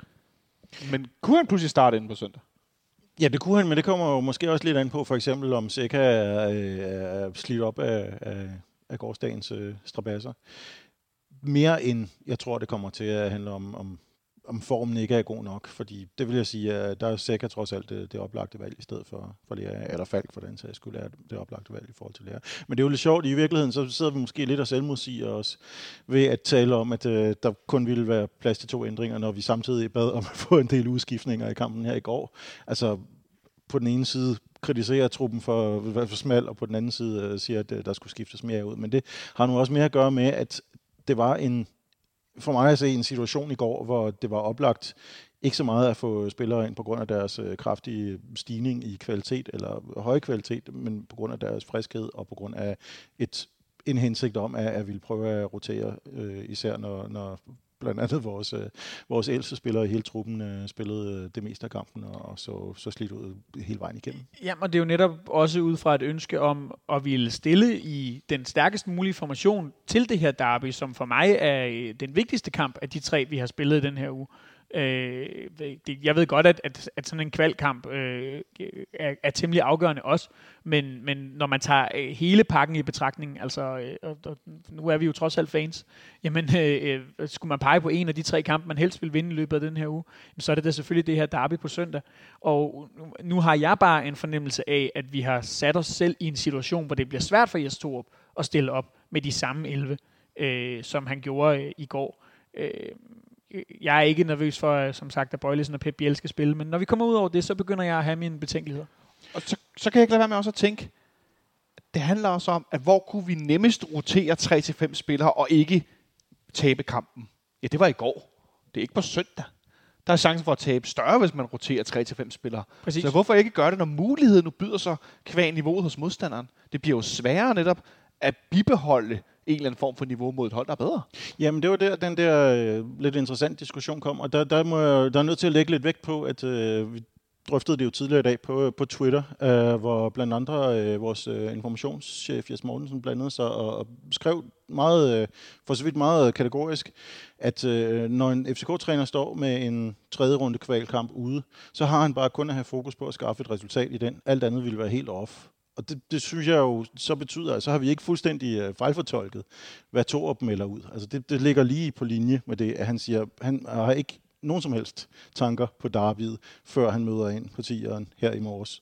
Men kunne han pludselig starte inden på søndag? Ja, det kunne han, men det kommer jo måske også lidt an på, for eksempel om Seca er, er slidt op af, af, af gårdsdagens øh, strabasser. Mere end, jeg tror, det kommer til at handle om, om om formen ikke er god nok, fordi det vil jeg sige, at der er sikkert trods alt det, det oplagte valg i stedet for, for Lea, eller Falk for den sags skyld, er det oplagte valg i forhold til Lea. Men det er jo lidt sjovt, i virkeligheden så sidder vi måske lidt og selvmodsiger os ved at tale om, at øh, der kun ville være plads til to ændringer, når vi samtidig bad om at få en del udskiftninger i kampen her i går. Altså på den ene side kritiserer truppen for at være for smal, og på den anden side øh, siger, at øh, der skulle skiftes mere ud. Men det har nu også mere at gøre med, at det var en for mig at se en situation i går, hvor det var oplagt ikke så meget at få spillere ind på grund af deres øh, kraftige stigning i kvalitet, eller høj kvalitet, men på grund af deres friskhed, og på grund af et, en hensigt om, at, at ville prøve at rotere, øh, især når, når blandt andet vores, øh, vores ældste spillere i hele truppen øh, spillede det meste af kampen, og, og så, så slidt ud hele vejen igennem. Jamen, og det er jo netop også ud fra et ønske om at ville stille i den stærkest mulige formation til det her derby, som for mig er den vigtigste kamp af de tre, vi har spillet i den her uge. Øh, det, jeg ved godt, at, at, at sådan en kvalkamp øh, er, er temmelig afgørende også, men, men når man tager øh, hele pakken i betragtning, altså, øh, og, og nu er vi jo trods alt fans, jamen øh, øh, skulle man pege på en af de tre kampe, man helst vil vinde i løbet af den her uge, så er det da selvfølgelig det her derby på søndag. Og nu, nu har jeg bare en fornemmelse af, at vi har sat os selv i en situation, hvor det bliver svært for Jes Torup at stille op med de samme elleve, øh, som han gjorde øh, i går. Øh, Jeg er ikke nervøs for, som sagt, at Bøjlesen og Pep Biel skal spille, men når vi kommer ud over det, så begynder jeg at have mine betænkeligheder. Og så, så kan jeg ikke lade være med også at tænke, det handler også om, at hvor kunne vi nemmest rotere tre til fem spillere og ikke tabe kampen? Ja, det var i går. Det er ikke på søndag. Der er chancen for at tabe større, hvis man roterer tre til fem spillere. Præcis. Så hvorfor ikke gøre det, når muligheden nu byder sig kvæg niveauet hos modstanderen? Det bliver jo sværere netop at bibeholde en eller anden form for niveau mod et hold, der er bedre. Jamen, det var der, den der øh, lidt interessant diskussion kom, og der, der, må jeg, der er nødt til at lægge lidt vægt på, at øh, vi drøftede det jo tidligere i dag på, på Twitter, øh, hvor blandt andre øh, vores øh, informationschef Jes Mortensen blandede sig og, og skrev meget, øh, for så vidt meget kategorisk, at øh, når en F C K-træner står med en tredje runde kvalkamp ude, så har han bare kun at have fokus på at skaffe et resultat i den. Alt andet ville være helt off. Og det, det synes jeg jo så betyder, at så har vi ikke fuldstændig øh, fejlfortolket, hvad Torup melder ud. Altså det, det ligger lige på linje med det, at han siger, han har ikke nogen som helst tanker på derbyet, før han møder ind på tieren her i morges.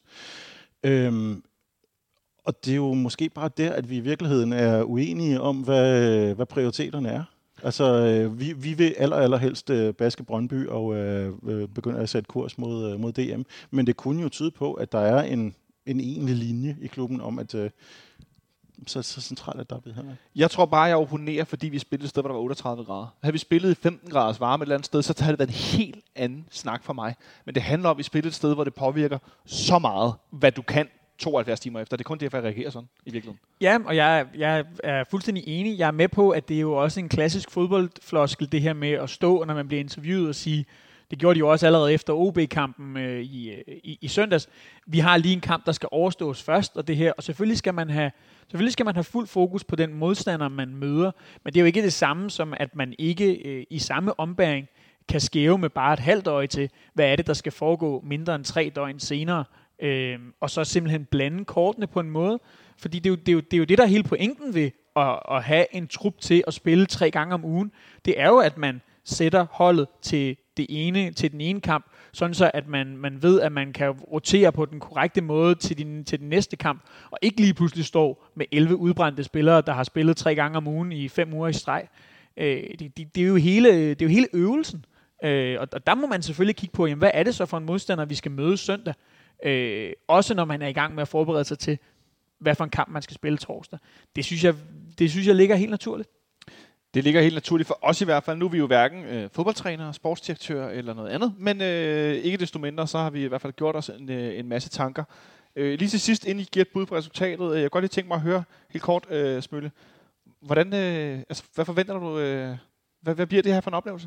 Øhm, og det er jo måske bare der, at vi i virkeligheden er uenige om, hvad, hvad prioriteterne er. Altså, øh, vi, vi vil aller, aller helst øh, baske Brøndby og øh, begynde at sætte kurs mod, øh, mod D M. Men det kunne jo tyde på, at der er en en egentlig linje i klubben om, at øh, så, så centralt er derbyet her. Jeg tror bare, jeg opponerer, fordi vi spillede et sted, hvor der var otteogtredive grader. Havde vi spillet i femten graders varme et eller andet sted, så havde det været en helt anden snak for mig. Men det handler om, at vi spiller et sted, hvor det påvirker så meget, hvad du kan tooghalvfjerds timer efter. Det er kun derfor, jeg reagerer sådan i virkeligheden. Ja, og jeg, jeg er fuldstændig enig. Jeg er med på, at det er jo også en klassisk fodboldfloskel, det her med at stå, når man bliver interviewet og sige, det gjorde de jo også allerede efter O B-kampen øh, i, i, i søndags. Vi har lige en kamp, der skal overstås først, og det her, og selvfølgelig skal man have, selvfølgelig skal man have fuld fokus på den modstander, man møder, men det er jo ikke det samme som, at man ikke øh, i samme ombæring kan skæve med bare et halvt øje til, hvad er det, der skal foregå mindre end tre døgn senere, øh, og så simpelthen blande kortene på en måde, fordi det er jo det, er jo, det, er jo det der er hele pointen ved at, at have en trup til at spille tre gange om ugen. Det er jo, at man sætter holdet til det ene til den ene kamp, sådan så at man, man ved, at man kan rotere på den korrekte måde til, din, til den næste kamp, og ikke lige pludselig står med elleve udbrændte spillere, der har spillet tre gange om ugen i fem uger i streg. Øh, det, det, det, er jo hele, det er jo hele øvelsen. Øh, og, og der må man selvfølgelig kigge på, jamen, hvad er det så for en modstander, vi skal møde søndag? Øh, også når man er i gang med at forberede sig til, hvad for en kamp man skal spille torsdag. Det synes jeg, det synes jeg ligger helt naturligt. Det ligger helt naturligt for os i hvert fald. Nu er vi jo hverken øh, fodboldtrænere, sportsdirektører eller noget andet, men øh, ikke desto mindre, så har vi i hvert fald gjort os en, øh, en masse tanker. Øh, lige til sidst, inden I giver et bud på resultatet, øh, jeg kan godt lige tænke mig at høre helt kort, øh, Smølle. Hvordan, øh, altså, hvad forventer du, øh, hvad, hvad bliver det her for en oplevelse?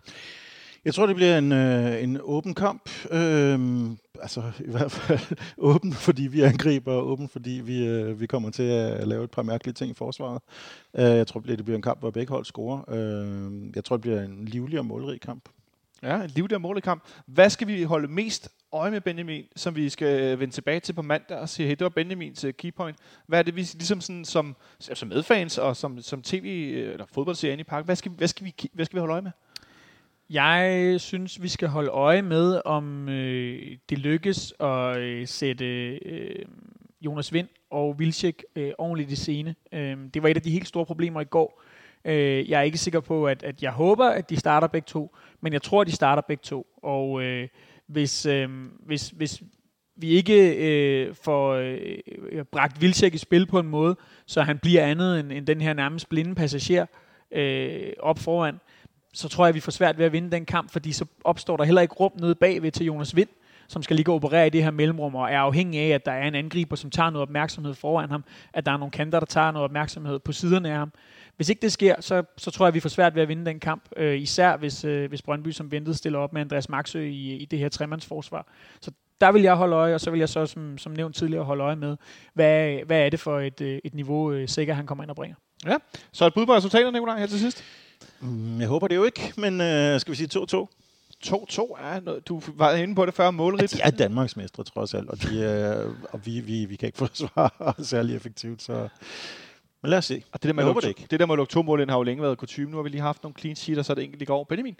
Jeg tror, det bliver en, øh, en åben kamp. Øhm, altså i hvert fald åben, fordi vi angriber, og åben, fordi vi, øh, vi kommer til at lave et par mærkelige ting i forsvaret. Øh, jeg tror, det bliver en kamp, hvor begge hold scorer. Øh, jeg tror, det bliver en livlig og målrig kamp. Ja, en livlig og målrig kamp. Hvad skal vi holde mest øje med, Benjamin, som vi skal vende tilbage til på mandag og sige, hey, det var Benjamins keypoint. Hvad er det, vi ligesom sådan, som, som medfans og som, som tv- eller fodboldserie i parken, hvad skal, hvad, skal vi, hvad skal vi holde øje med? Jeg synes, vi skal holde øje med, om øh, det lykkes at øh, sætte øh, Jonas Wind og Wilczek øh, ordentligt i scene. Øh, det var et af de helt store problemer i går. Øh, jeg er ikke sikker på, at, at jeg håber, at de starter begge to, men jeg tror, at de starter begge to. Og øh, hvis, øh, hvis, hvis vi ikke øh, får øh, bragt Wilczek i spil på en måde, så han bliver andet end, end den her nærmest blinde passager øh, op foran, så tror jeg, at vi får svært ved at vinde den kamp, fordi så opstår der heller ikke rum nede bagved til Jonas Wind, som skal ligge og operere i det her mellemrum, og er afhængig af, at der er en angriber, som tager noget opmærksomhed foran ham, at der er nogle kanter, der tager noget opmærksomhed på siderne af ham. Hvis ikke det sker, så, så tror jeg, at vi får svært ved at vinde den kamp, øh, især hvis, øh, hvis Brøndby som ventet stiller op med Andreas Maxø i, i det her tremandsforsvar. Så der vil jeg holde øje, og så vil jeg så, som, som nævnt tidligere, holde øje med, hvad, hvad er det for et, et niveau, øh, sikkert han kommer ind og bringer. Ja, så et bud på resultater, Nikolaj, her til sidst? Mm, jeg håber det jo ikke, men øh, skal vi sige to-to? to-to er noget, du var inde på det før, målrigt. Ja, de er Danmarksmestre trods alt, og, de, øh, og vi, vi, vi kan ikke forsvare særlig effektivt, så... Men lad os se. Og det der med, at lukke, det der med at lukke to mål ind har jo længe været kutyme. Nu har vi lige haft nogle clean sheet, og så er det enkelt i går. Benjamin?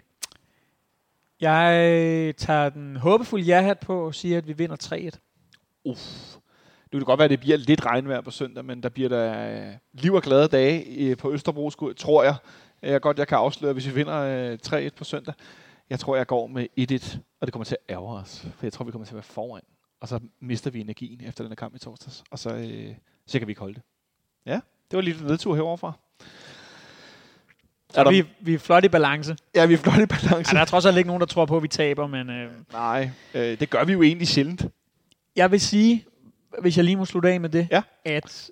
Jeg tager den håbefulde ja-hat på og siger, at vi vinder tre-et. Uff. Nu kan det godt være, at det bliver lidt regnvejr på søndag, men der bliver der liv og glade dage på Østerbro, tror jeg. Jeg godt, jeg kan afsløre, hvis vi vinder tre-et på søndag. Jeg tror, jeg går med et-et, og det kommer til at ærge os. For jeg tror, vi kommer til at være foran. Og så mister vi energien efter den kamp i torsdags. Og så, øh, så kan vi ikke holde det. Ja, det var lige en nedtur heroverfra. Er der... vi, vi er flot i balance. Ja, vi er flot i balance. Ja, der er trods alt ikke nogen, der tror på, at vi taber, men... Øh... Nej, øh, det gør vi jo egentlig sjældent. Jeg vil sige, hvis jeg lige må slutte af med det, ja. at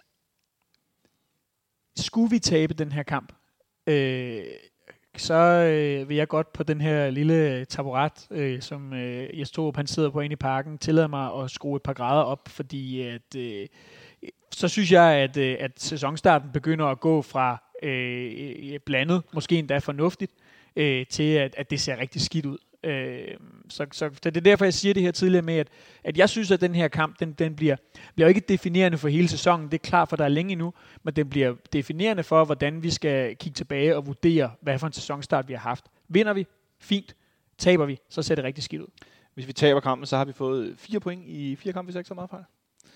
skulle vi tabe den her kamp, øh, så øh, vil jeg godt på den her lille taburet, øh, som øh, jeg stod han sidder på inde i parken, tillade mig at skrue et par grader op, fordi at, øh, så synes jeg, at, øh, at sæsonstarten begynder at gå fra øh, blandet, måske endda fornuftigt, øh, til at, at det ser rigtig skidt ud. Øh, så, så det er derfor, jeg siger det her tidligere med, at, at jeg synes, at den her kamp, den, den bliver, bliver ikke definerende for hele sæsonen. Det er klart, for der er længe endnu, men den bliver definerende for, hvordan vi skal kigge tilbage og vurdere, hvad for en sæsonstart vi har haft. Vinder vi? Fint. Taber vi? Så ser det rigtig skidt ud. Hvis vi taber kampen, så har vi fået fire point i fire kampe, hvis jeg ikke så meget fejl.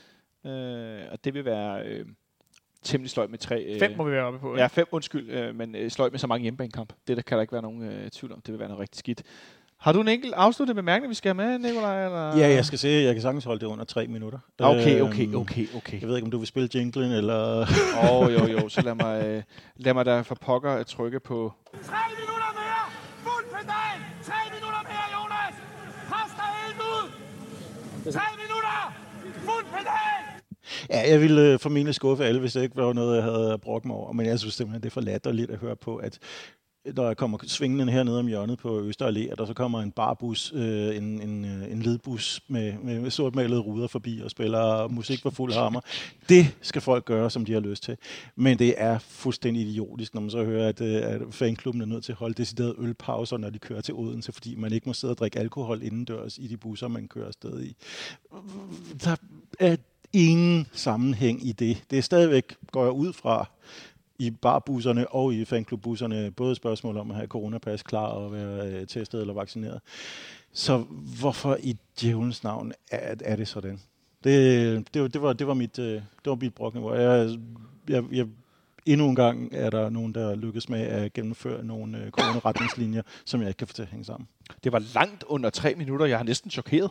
Øh, og det vil være øh, temmelig sløjt med tre. Øh, fem må vi være oppe på. Ikke? Ja, fem undskyld, øh, men øh, sløjt med så mange hjemmebanekamp. Det der kan der ikke være nogen øh, tvivl om. Det vil være noget rigtig skidt. Har du en enkelt afsluttende bemærkning, vi skal have med, Nikolaj? Eller? Ja, jeg skal se, jeg kan sagtens holde det under tre minutter. Okay, okay, okay, okay. Jeg ved ikke, om du vil spille jinglen, eller... Åh, oh, jo, jo, så lad mig, lad mig da for pokker at trykke på... Tre minutter mere! Fuld pedal! Tre minutter mere, Jonas! Pres dig helt ud! Tre minutter! Fuld pedal! Ja, jeg ville formentlig skuffe alle, hvis det ikke var noget, jeg havde brugt mig over. Men jeg synes simpelthen, det er for latterligt at høre på, at når jeg kommer svingende hernede om hjørnet på Øster Allé, og der så kommer en barbus, øh, en, en, en ledbus med, med sortmalede ruder forbi og spiller musik for fuld hammer. Det skal folk gøre, som de har lyst til. Men det er fuldstændig idiotisk, når man så hører, at, at fanklubben er nødt til at holde deciderede ølpauser, når de kører til Odense, fordi man ikke må sidde og drikke alkohol indendørs i de busser, man kører afsted i. Der er ingen sammenhæng i det. Det er stadigvæk, går jeg ud fra, i barbusserne og i fanklubbusserne, både spørgsmål om at have coronapas klar og være øh, testet eller vaccineret. Så hvorfor i djævelens navn er, er det sådan? Det, det, det, var, det var mit, øh, det var mit brokniveau. Jeg, jeg, jeg, endnu en gang er der nogen, der lykkes med at gennemføre nogle øh, coronaretningslinjer, som jeg ikke kan få til at hænge sammen. Det var langt under tre minutter. Jeg har næsten chokeret.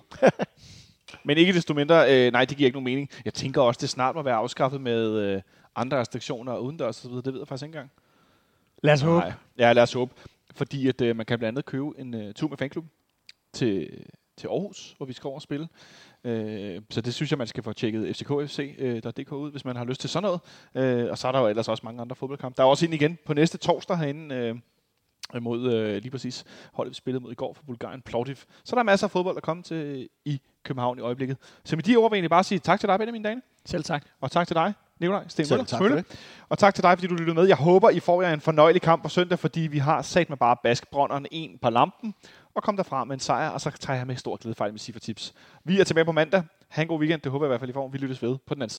Men ikke desto mindre, øh, nej, det giver ikke nogen mening. Jeg tænker også, det snart må være afskaffet med øh, andre restriktioner og udendørs og så videre. Det ved jeg faktisk ikke engang. Lad os håbe. Nej. Ja, lad os håbe. Fordi at, øh, man kan blandt andet købe en øh, tur med fanklubben til, til Aarhus, hvor vi skal over og spille. Øh, så det synes jeg, man skal få tjekket F C K F C punktum d k ud, hvis man har lyst til sådan noget. Øh, og så er der jo ellers også mange andre fodboldkampe. Der er også en igen på næste torsdag herinde, øh, mod øh, lige præcis holdet, vi spillede mod i går for Bulgarien, Plovdiv. Så der er masser af fodbold at komme til i København i øjeblikket. Så med de ord vil jeg egentlig bare sige tak til dig, Benjamin Dane. Selv tak. Og tak til dig, Nikolaj Sten Selv tak for det. Og tak til dig, fordi du lyttede med. Jeg håber, I får jer en fornøjelig kamp på søndag, fordi vi har sat med bare baskbrønderne en på lampen, og kom derfra med en sejr, og så tager jeg med stor glæde fejl med Siffer Tips. Vi er tilbage på mandag. Ha' en god weekend. Det håber jeg i hvert fald, I får. Vi lyttes ved på den anden side.